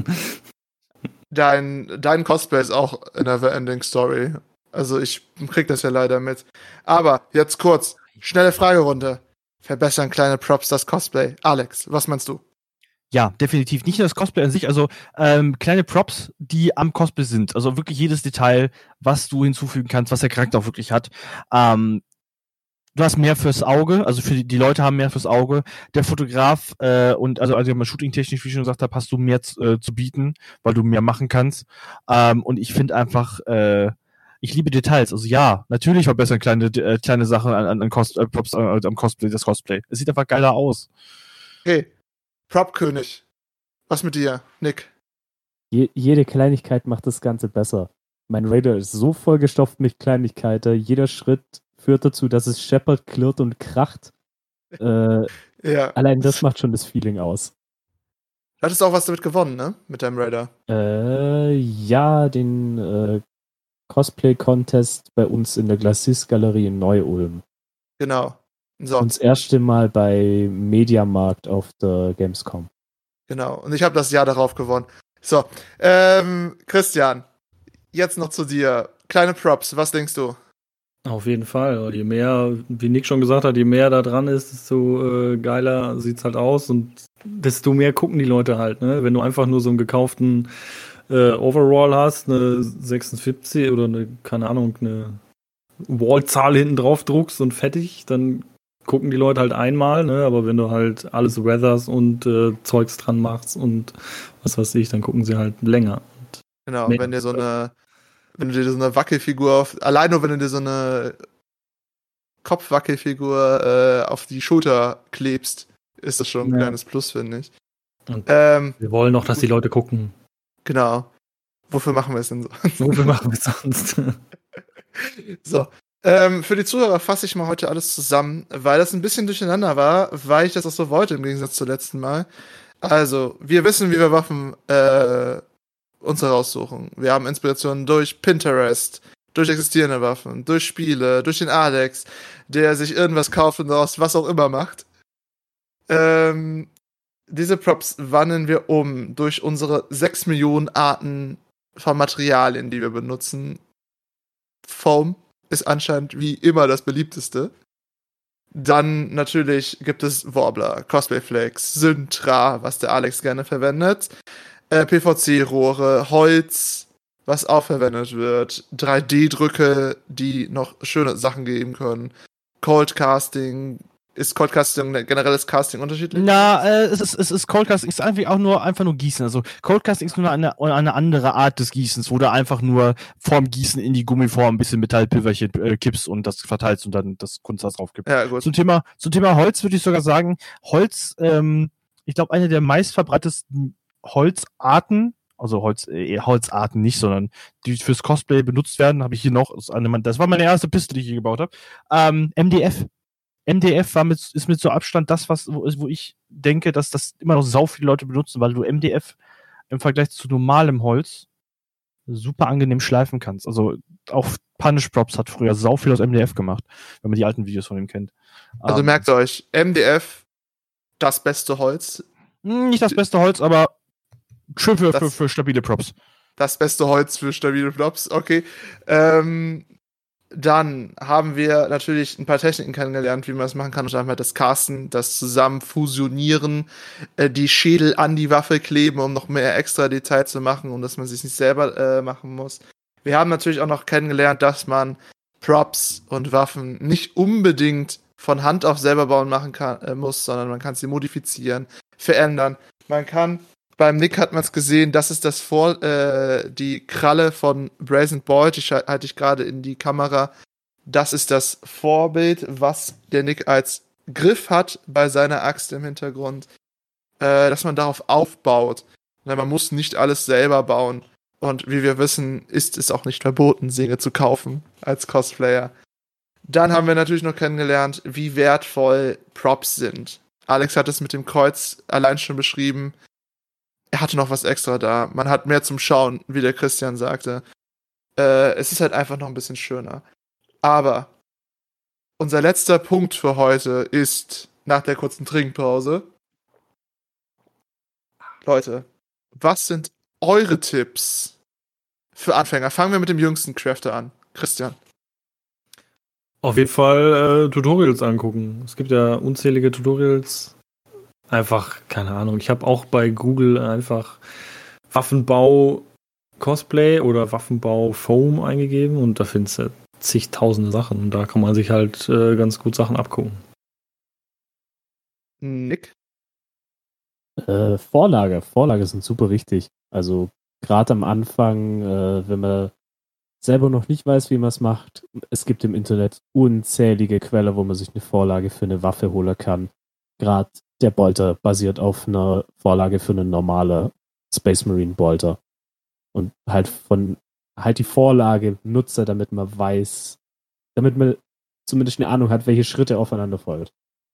Dein Cosplay ist auch eine Never-Ending Story. Also ich krieg das ja leider mit. Aber jetzt kurz, schnelle Fragerunde. Verbessern kleine Props das Cosplay. Alex, was meinst du? Ja, definitiv. Nicht nur das Cosplay an sich, also kleine Props, die am Cosplay sind. Also wirklich jedes Detail, was du hinzufügen kannst, was der Charakter auch wirklich hat. Du hast mehr fürs Auge, also für die Leute haben mehr fürs Auge. Der Fotograf und also shooting-technisch, wie ich schon gesagt habe, hast du mehr zu bieten, weil du mehr machen kannst. Und ich finde einfach, ich liebe Details. Also ja, natürlich verbessern kleine Sachen an Props am Cosplay, das Cosplay. Es sieht einfach geiler aus. Okay, Prop-König. Was mit dir, Nick? Jede Kleinigkeit macht das Ganze besser. Mein Raider ist so vollgestopft mit Kleinigkeiten. Jeder Schritt führt dazu, dass es scheppert, klirrt und kracht. Ja. Allein das macht schon das Feeling aus. Du hattest auch was damit gewonnen, ne? Mit deinem Raider. Ja, den Cosplay-Contest bei uns in der Glacis-Galerie in Neu-Ulm. Genau. So. Und das erste Mal bei Mediamarkt auf der Gamescom. Genau. Und ich habe das Jahr darauf gewonnen. So. Christian, jetzt noch zu dir. Kleine Props, was denkst du? Auf jeden Fall. Je mehr, wie Nick schon gesagt hat, je mehr da dran ist, desto geiler sieht's halt aus und desto mehr gucken die Leute halt, ne? Wenn du einfach nur so einen gekauften Overall hast, eine 56 oder keine Ahnung, eine Wallzahl hinten drauf druckst und fertig, dann gucken die Leute halt einmal, ne? Aber wenn du halt alles weathers und Zeugs dran machst und was weiß ich, dann gucken sie halt länger. Genau, wenn du dir so eine Wackelfigur, allein nur wenn du dir so eine Kopfwackelfigur auf die Schulter klebst, ist das schon ein kleines Plus, finde ich. Und wir wollen noch, dass die Leute gucken. Genau. Wofür machen wir es denn so? Wofür machen wir es sonst? So. Für die Zuhörer fasse ich mal heute alles zusammen, weil das ein bisschen durcheinander war, weil ich das auch so wollte, im Gegensatz zum letzten Mal. Also, wir wissen, wie wir Waffen uns heraussuchen. Wir haben Inspirationen durch Pinterest, durch existierende Waffen, durch Spiele, durch den Alex, der sich irgendwas kauft und daraus was auch immer macht. Diese Props wandeln wir um durch unsere 6 Millionen Arten von Materialien, die wir benutzen. Foam ist anscheinend wie immer das beliebteste. Dann natürlich gibt es Warbler, Cosplayflex, Syntra, was der Alex gerne verwendet, PVC-Rohre, Holz, was auch verwendet wird, 3D-Drücke, die noch schöne Sachen geben können, Coldcasting. Ist Coldcasting generelles Casting unterschiedlich? Es ist Coldcasting ist einfach nur Gießen. Also Coldcasting ist nur eine andere Art des Gießens, wo du einfach nur vorm Gießen in die Gummiform ein bisschen Metallpülverchen kippst und das verteilst und dann das Kunstharz drauf gibst. Ja, gut. Zum Thema Holz würde ich sogar sagen, Holz, ich glaube, eine der meistverbreitesten Holzarten, also Holzarten nicht, sondern die fürs Cosplay benutzt werden, habe ich hier noch, das war meine erste Piste, die ich hier gebaut habe. MDF. MDF ist mit so Abstand das, wo ich denke, dass das immer noch sau viele Leute benutzen, weil du MDF im Vergleich zu normalem Holz super angenehm schleifen kannst. Also auch Punish Props hat früher sau viel aus MDF gemacht, wenn man die alten Videos von ihm kennt. Also merkt euch, MDF, das beste Holz. Nicht das beste Holz, aber schön für stabile Props. Das beste Holz für stabile Props, okay. Dann haben wir natürlich ein paar Techniken kennengelernt, wie man das machen kann. Und dann haben wir das Casten, das zusammen fusionieren, die Schädel an die Waffe kleben, um noch mehr extra Detail zu machen und dass man sich nicht selber machen muss. Wir haben natürlich auch noch kennengelernt, dass man Props und Waffen nicht unbedingt von Hand auf selber bauen muss, sondern man kann sie modifizieren, verändern. Man kann, beim Nick hat man es gesehen, das ist die Kralle von Brazen Bolt, die halte ich gerade in die Kamera. Das ist das Vorbild, was der Nick als Griff hat bei seiner Axt im Hintergrund, dass man darauf aufbaut. Man muss nicht alles selber bauen. Und wie wir wissen, ist es auch nicht verboten, Dinge zu kaufen als Cosplayer. Dann haben wir natürlich noch kennengelernt, wie wertvoll Props sind. Alex hat es mit dem Kreuz allein schon beschrieben. Er hatte noch was extra da. Man hat mehr zum Schauen, wie der Christian sagte. Es ist halt einfach noch ein bisschen schöner. Aber unser letzter Punkt für heute ist, nach der kurzen Trinkpause, Leute, was sind eure Tipps für Anfänger? Fangen wir mit dem jüngsten Crafter an. Christian. Auf jeden Fall Tutorials angucken. Es gibt ja unzählige Tutorials. Einfach, keine Ahnung. Ich habe auch bei Google einfach Waffenbau Cosplay oder Waffenbau Foam eingegeben und da findest du zigtausende Sachen. Und da kann man sich halt ganz gut Sachen abgucken. Nick? Vorlage sind super wichtig. Also gerade am Anfang, wenn man selber noch nicht weiß, wie man es macht, es gibt im Internet unzählige Quellen, wo man sich eine Vorlage für eine Waffe holen kann. Gerade der Bolter basiert auf einer Vorlage für einen normalen Space Marine Bolter. Und halt die Vorlage nutze, damit man weiß, damit man zumindest eine Ahnung hat, welche Schritte aufeinander folgt.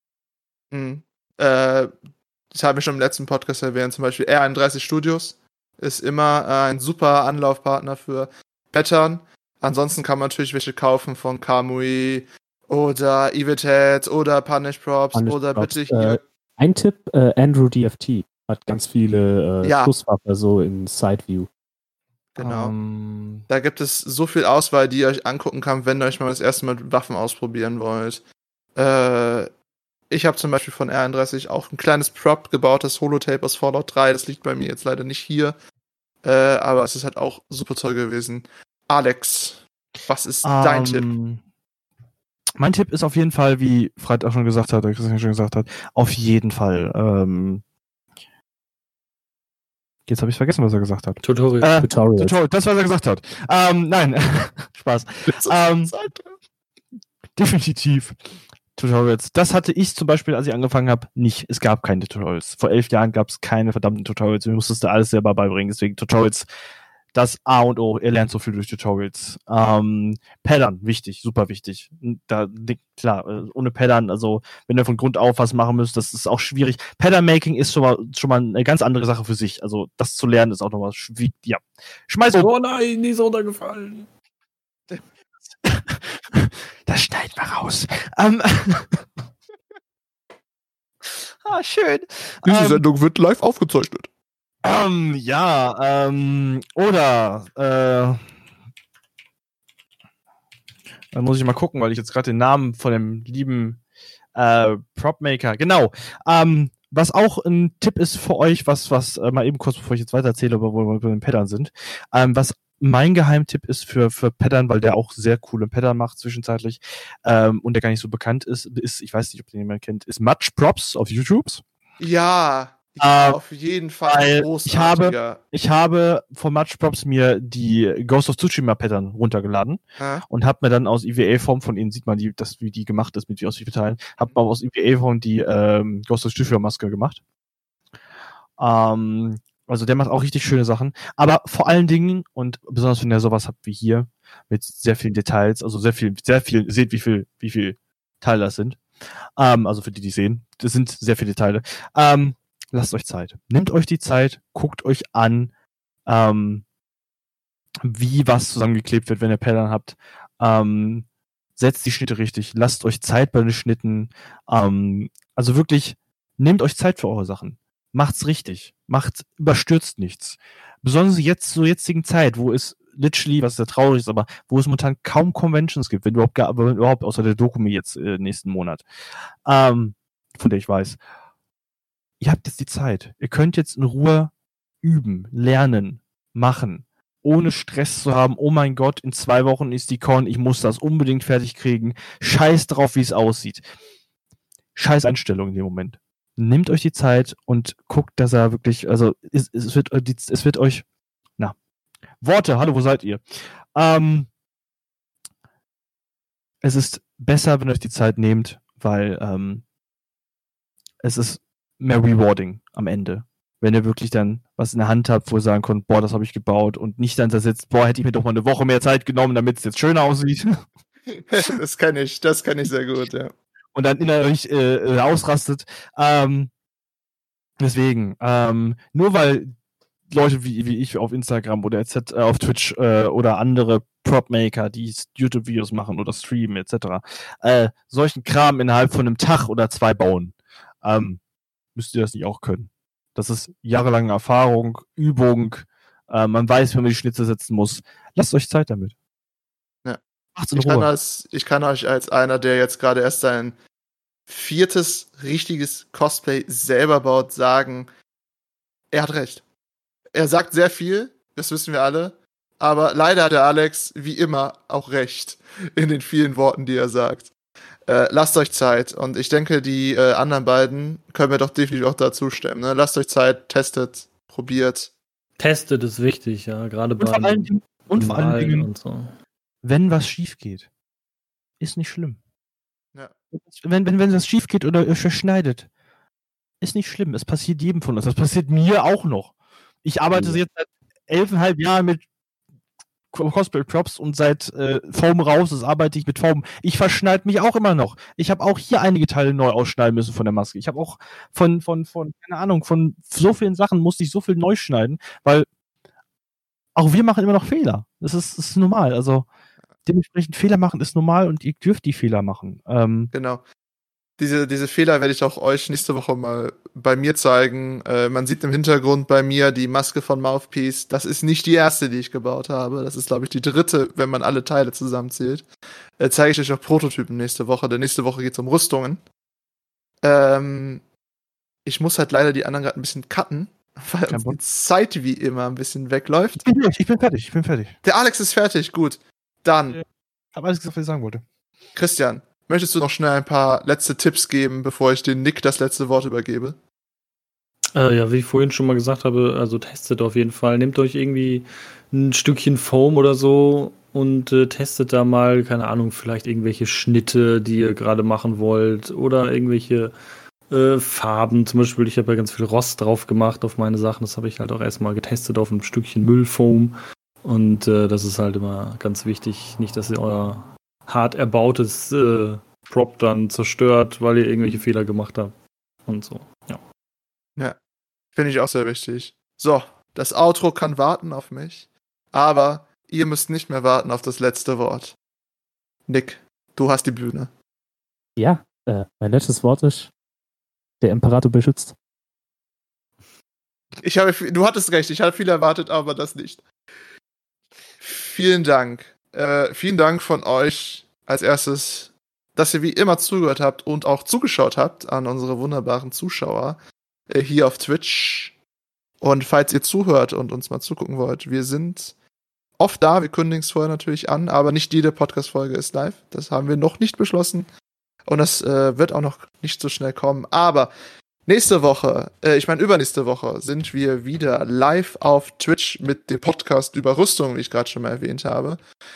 Das haben wir schon im letzten Podcast erwähnt, zum Beispiel R31 Studios ist immer ein super Anlaufpartner für Pattern. Ansonsten kann man natürlich welche kaufen von Kamui oder Evitat oder Punish Props oder bitte hier. Ein Tipp, Andrew DFT hat ganz viele Schusswaffen so in Sideview. Genau. Da gibt es so viel Auswahl, die ihr euch angucken kann, wenn ihr euch mal das erste Mal Waffen ausprobieren wollt. Ich habe zum Beispiel von R31 auch ein kleines Prop gebaut, das Holotape aus Fallout 3. Das liegt bei mir jetzt leider nicht hier. Aber es ist halt auch super toll gewesen. Alex, was ist dein Tipp? Mein Tipp ist auf jeden Fall, wie Fred auch schon gesagt hat, oder Christian schon gesagt hat, auf jeden Fall. Jetzt habe ich vergessen, was er gesagt hat. Tutorial. Das, was er gesagt hat. Nein, Spaß. Definitiv. Tutorials. Das hatte ich zum Beispiel, als ich angefangen habe, nicht. Es gab keine Tutorials. Vor 11 Jahren gab es keine verdammten Tutorials. Wir mussten alles selber beibringen. Deswegen Tutorials, das A und O. Ihr lernt so viel durch Tutorials. Pattern, wichtig, super wichtig. Klar, ohne Pattern, also wenn ihr von Grund auf was machen müsst, das ist auch schwierig. Pattern-Making ist schon mal eine ganz andere Sache für sich. Also das zu lernen ist auch nochmal schwierig. Ja. Schmeiß Oh nein, die ist runtergefallen. Das schneiden wir raus. Schön. Diese Sendung wird live aufgezeichnet. Oder dann muss ich mal gucken, weil ich jetzt gerade den Namen von dem lieben Propmaker, genau. Was auch ein Tipp ist für euch, was mal eben kurz, bevor ich jetzt weiter erzähle, wo wir bei den Pattern sind, was mein Geheimtipp ist für Pattern, weil der auch sehr coole Pattern macht zwischenzeitlich und der gar nicht so bekannt ist, ich weiß nicht, ob den jemand kennt, ist Much Props auf YouTube. Ja, auf jeden Fall großartiger. Ich habe von Much Props mir die Ghost of Tsushima Pattern runtergeladen und habe mir dann aus EVA-Form von ihnen, sieht man wie die gemacht ist, mit wie aus wie Teilen, habe mal aus EVA-Form die Ghost of Tsushima Maske gemacht. Also der macht auch richtig schöne Sachen. Aber vor allen Dingen, und besonders wenn ihr sowas habt wie hier, mit sehr vielen Details, also sehr viel, seht wie viel Teile das sind. Also für die sehen, das sind sehr viele Teile. Lasst euch Zeit. Nehmt euch die Zeit, guckt euch an, wie was zusammengeklebt wird, wenn ihr Pattern habt. Setzt die Schnitte richtig, lasst euch Zeit bei den Schnitten. Also wirklich, nehmt euch Zeit für eure Sachen. Macht's richtig. Überstürzt nichts. Besonders jetzt zur jetzigen Zeit, wo es literally, was sehr traurig ist, aber wo es momentan kaum Conventions gibt, wenn überhaupt außer der Dokumi jetzt nächsten Monat. Von der ich weiß. Ihr habt jetzt die Zeit. Ihr könnt jetzt in Ruhe üben, lernen, machen, ohne Stress zu haben. Oh mein Gott, in 2 Wochen ist die Con, ich muss das unbedingt fertig kriegen. Scheiß drauf, wie es aussieht. Scheiß Einstellung in dem Moment. Nehmt euch die Zeit und guckt, dass er wirklich, also es wird euch, Worte, hallo, wo seid ihr? Es ist besser, wenn ihr euch die Zeit nehmt, weil es ist mehr rewarding am Ende. wenn ihr wirklich dann was in der Hand habt, wo ihr sagen könnt, boah, das habe ich gebaut und nicht dann da sitzt, boah, hätte ich mir doch mal eine Woche mehr Zeit genommen, damit es jetzt schöner aussieht. Das kann ich sehr gut, ja. Und dann innerlich ausrastet. Deswegen, nur weil Leute wie ich auf Instagram oder auf Twitch oder andere Prop-Maker, die YouTube-Videos machen oder streamen etc., solchen Kram innerhalb von einem Tag oder 2 bauen, müsst ihr das nicht auch können. Das ist jahrelange Erfahrung, Übung, man weiß, wenn man die Schnitze setzen muss. Lasst euch Zeit damit. Ja. Macht's in Ruhe. Ich kann euch als einer, der jetzt gerade erst sein 4. richtiges Cosplay selber baut, sagen, er hat recht. Er sagt sehr viel, das wissen wir alle, aber leider hat der Alex wie immer auch recht in den vielen Worten, die er sagt. Lasst euch Zeit und ich denke, die anderen beiden können wir doch definitiv auch dazu stimmen. Ne? Lasst euch Zeit, testet, probiert. Testet ist wichtig, ja, gerade Und vor allen Dingen, und so. Wenn was schief geht, ist nicht schlimm. Ja. Wenn was schief geht oder ihr verschneidet, ist nicht schlimm. Es passiert jedem von uns. Das passiert mir auch noch. Ich arbeite jetzt seit 11,5 Jahren mit Cosplay-Props und seit Foam raus arbeite ich mit Foam. Ich verschneide mich auch immer noch. Ich habe auch hier einige Teile neu ausschneiden müssen von der Maske. Ich habe auch von keine Ahnung, von so vielen Sachen musste ich so viel neu schneiden, weil auch wir machen immer noch Fehler. Das ist normal. Also dementsprechend Fehler machen ist normal und ihr dürft die Fehler machen. Genau. Diese Fehler werde ich auch euch nächste Woche mal bei mir zeigen. Man sieht im Hintergrund bei mir die Maske von Mouthpiece. Das ist nicht die erste, die ich gebaut habe. Das ist, glaube ich, die 3., wenn man alle Teile zusammenzählt. Zeige ich euch auch Prototypen nächste Woche. Denn nächste Woche geht es um Rüstungen. Ich muss halt leider die anderen gerade ein bisschen cutten, weil uns die Zeit wie immer ein bisschen wegläuft. Ich bin fertig. Der Alex ist fertig, gut. Dann. Ich habe alles gesagt, was ich sagen wollte. Christian, möchtest du noch schnell ein paar letzte Tipps geben, bevor ich den Nick das letzte Wort übergebe? Ja, wie ich vorhin schon mal gesagt habe, also testet auf jeden Fall. Nehmt euch irgendwie ein Stückchen Foam oder so und testet da mal, keine Ahnung, vielleicht irgendwelche Schnitte, die ihr gerade machen wollt oder irgendwelche Farben. Zum Beispiel, ich habe ja ganz viel Rost drauf gemacht auf meine Sachen. Das habe ich halt auch erstmal getestet auf einem Stückchen Müllfoam. Und das ist halt immer ganz wichtig, nicht, dass ihr euer hart erbautes Prop dann zerstört, weil ihr irgendwelche Fehler gemacht habt und so. Ja, finde ich auch sehr wichtig. So, das Outro kann warten auf mich, aber ihr müsst nicht mehr warten auf das letzte Wort. Nick, du hast die Bühne. Ja, mein letztes Wort ist, der Imperator beschützt. Du hattest recht, ich hatte viel erwartet, aber das nicht. Vielen Dank. Vielen Dank von euch als erstes, dass ihr wie immer zugehört habt und auch zugeschaut habt an unsere wunderbaren Zuschauer hier auf Twitch. Und falls ihr zuhört und uns mal zugucken wollt, wir sind oft da, wir kündigen es vorher natürlich an, aber nicht jede Podcast-Folge ist live. Das haben wir noch nicht beschlossen. Und das wird auch noch nicht so schnell kommen. Aber übernächste Woche sind wir wieder live auf Twitch mit dem Podcast über Rüstung, wie ich gerade schon mal erwähnt habe.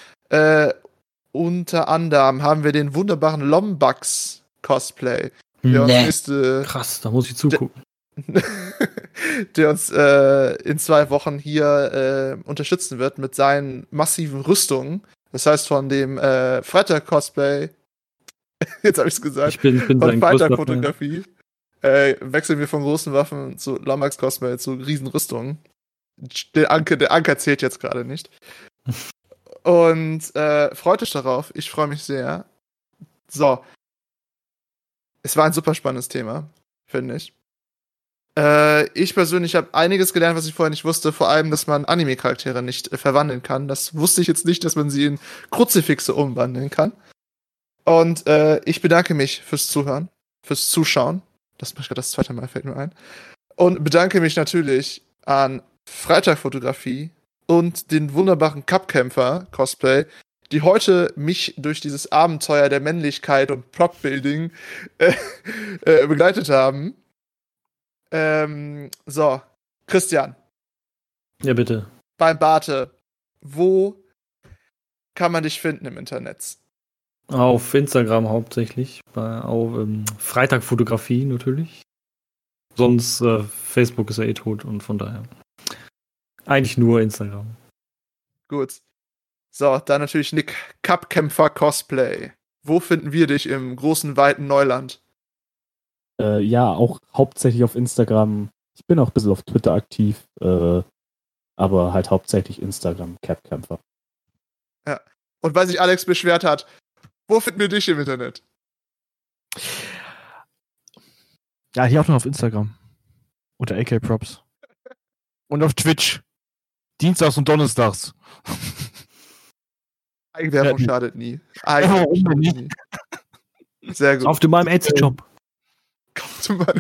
Unter anderem haben wir den wunderbaren Lombax Cosplay. Krass, da muss ich zugucken. Der uns in 2 Wochen hier unterstützen wird mit seinen massiven Rüstungen. Das heißt, von dem Freitag Cosplay, jetzt habe ich es gesagt, ich bin von Freitag Fotografie, wechseln wir von großen Waffen zu Lombax Cosplay zu Riesenrüstungen. Der Anker zählt jetzt gerade nicht. Und freut euch darauf. Ich freue mich sehr. So. Es war ein super spannendes Thema, finde ich. Ich persönlich habe einiges gelernt, was ich vorher nicht wusste. Vor allem, dass man Anime-Charaktere nicht verwandeln kann. Das wusste ich jetzt nicht, dass man sie in Kruzifixe umwandeln kann. Und ich bedanke mich fürs Zuhören, fürs Zuschauen. Das mache ich gerade das 2. Mal, fällt mir ein. Und bedanke mich natürlich an Freitag Fotografie und den wunderbaren Cupkämpfer-Cosplay, die heute mich durch dieses Abenteuer der Männlichkeit und Prop-Building begleitet haben. So, Christian. Ja, bitte. Beim Barte, wo kann man dich finden im Internet? Auf Instagram hauptsächlich, auf Freitag Fotografie natürlich. Sonst Facebook ist ja eh tot und von daher eigentlich nur Instagram. Gut. So, dann natürlich Nick, Cupkämpfer Cosplay. Wo finden wir dich im großen, weiten Neuland? Ja, auch hauptsächlich auf Instagram. Ich bin auch ein bisschen auf Twitter aktiv, aber halt hauptsächlich Instagram, Capkämpfer. Ja. Und weil sich Alex beschwert hat, wo finden wir dich im Internet? Ja, hier auch noch auf Instagram. Unter AK Props. Und auf Twitch. Dienstags und Donnerstags. Eigenwerbung schadet nie. Eigenwerbung schadet nie. Sehr gut. Auf zu meinem Etsy-Shop. Kommt zu meinem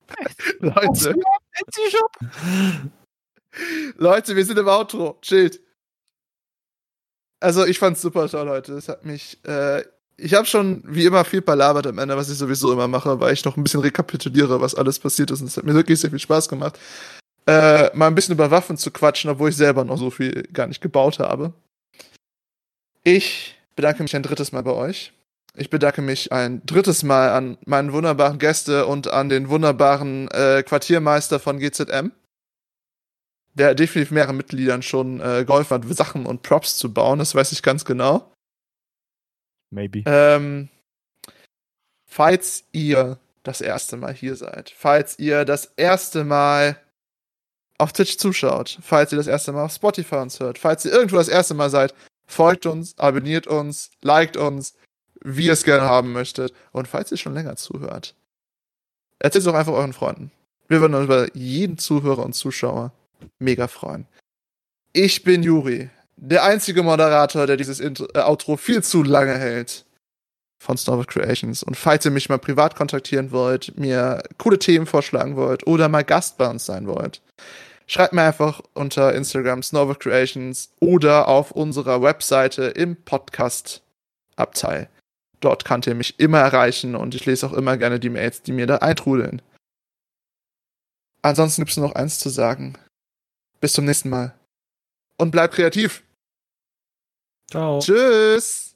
Leute, wir sind im Outro. Chillt. Also, ich fand's super toll heute. Es hat mich, ich habe schon wie immer viel palabert am Ende, was ich sowieso immer mache, weil ich noch ein bisschen rekapituliere, was alles passiert ist. Und es hat mir wirklich sehr viel Spaß gemacht, mal ein bisschen über Waffen zu quatschen, obwohl ich selber noch so viel gar nicht gebaut habe. Ich bedanke mich ein drittes Mal bei euch. Ich bedanke mich ein drittes Mal an meinen wunderbaren Gäste und an den wunderbaren Quartiermeister von GZM, der definitiv mehreren Mitgliedern schon geholfen hat, Sachen und Props zu bauen. Das weiß ich ganz genau. Maybe. Falls ihr das erste Mal hier seid, falls ihr das erste Mal auf Twitch zuschaut, falls ihr das erste Mal auf Spotify uns hört, falls ihr irgendwo das erste Mal seid, folgt uns, abonniert uns, liked uns, wie ihr es gerne haben möchtet. Und falls ihr schon länger zuhört, erzählt es doch einfach euren Freunden. Wir würden uns über jeden Zuhörer und Zuschauer mega freuen. Ich bin Juri, der einzige Moderator, der dieses Outro viel zu lange hält, von Snowboard Creations. Und falls ihr mich mal privat kontaktieren wollt, mir coole Themen vorschlagen wollt oder mal Gast bei uns sein wollt, schreibt mir einfach unter Instagram Snowboard Creations oder auf unserer Webseite im Podcast-Abteil. Dort könnt ihr mich immer erreichen und ich lese auch immer gerne die Mails, die mir da eintrudeln. Ansonsten gibt es nur noch eins zu sagen. Bis zum nächsten Mal. Und bleibt kreativ. Ciao. Tschüss.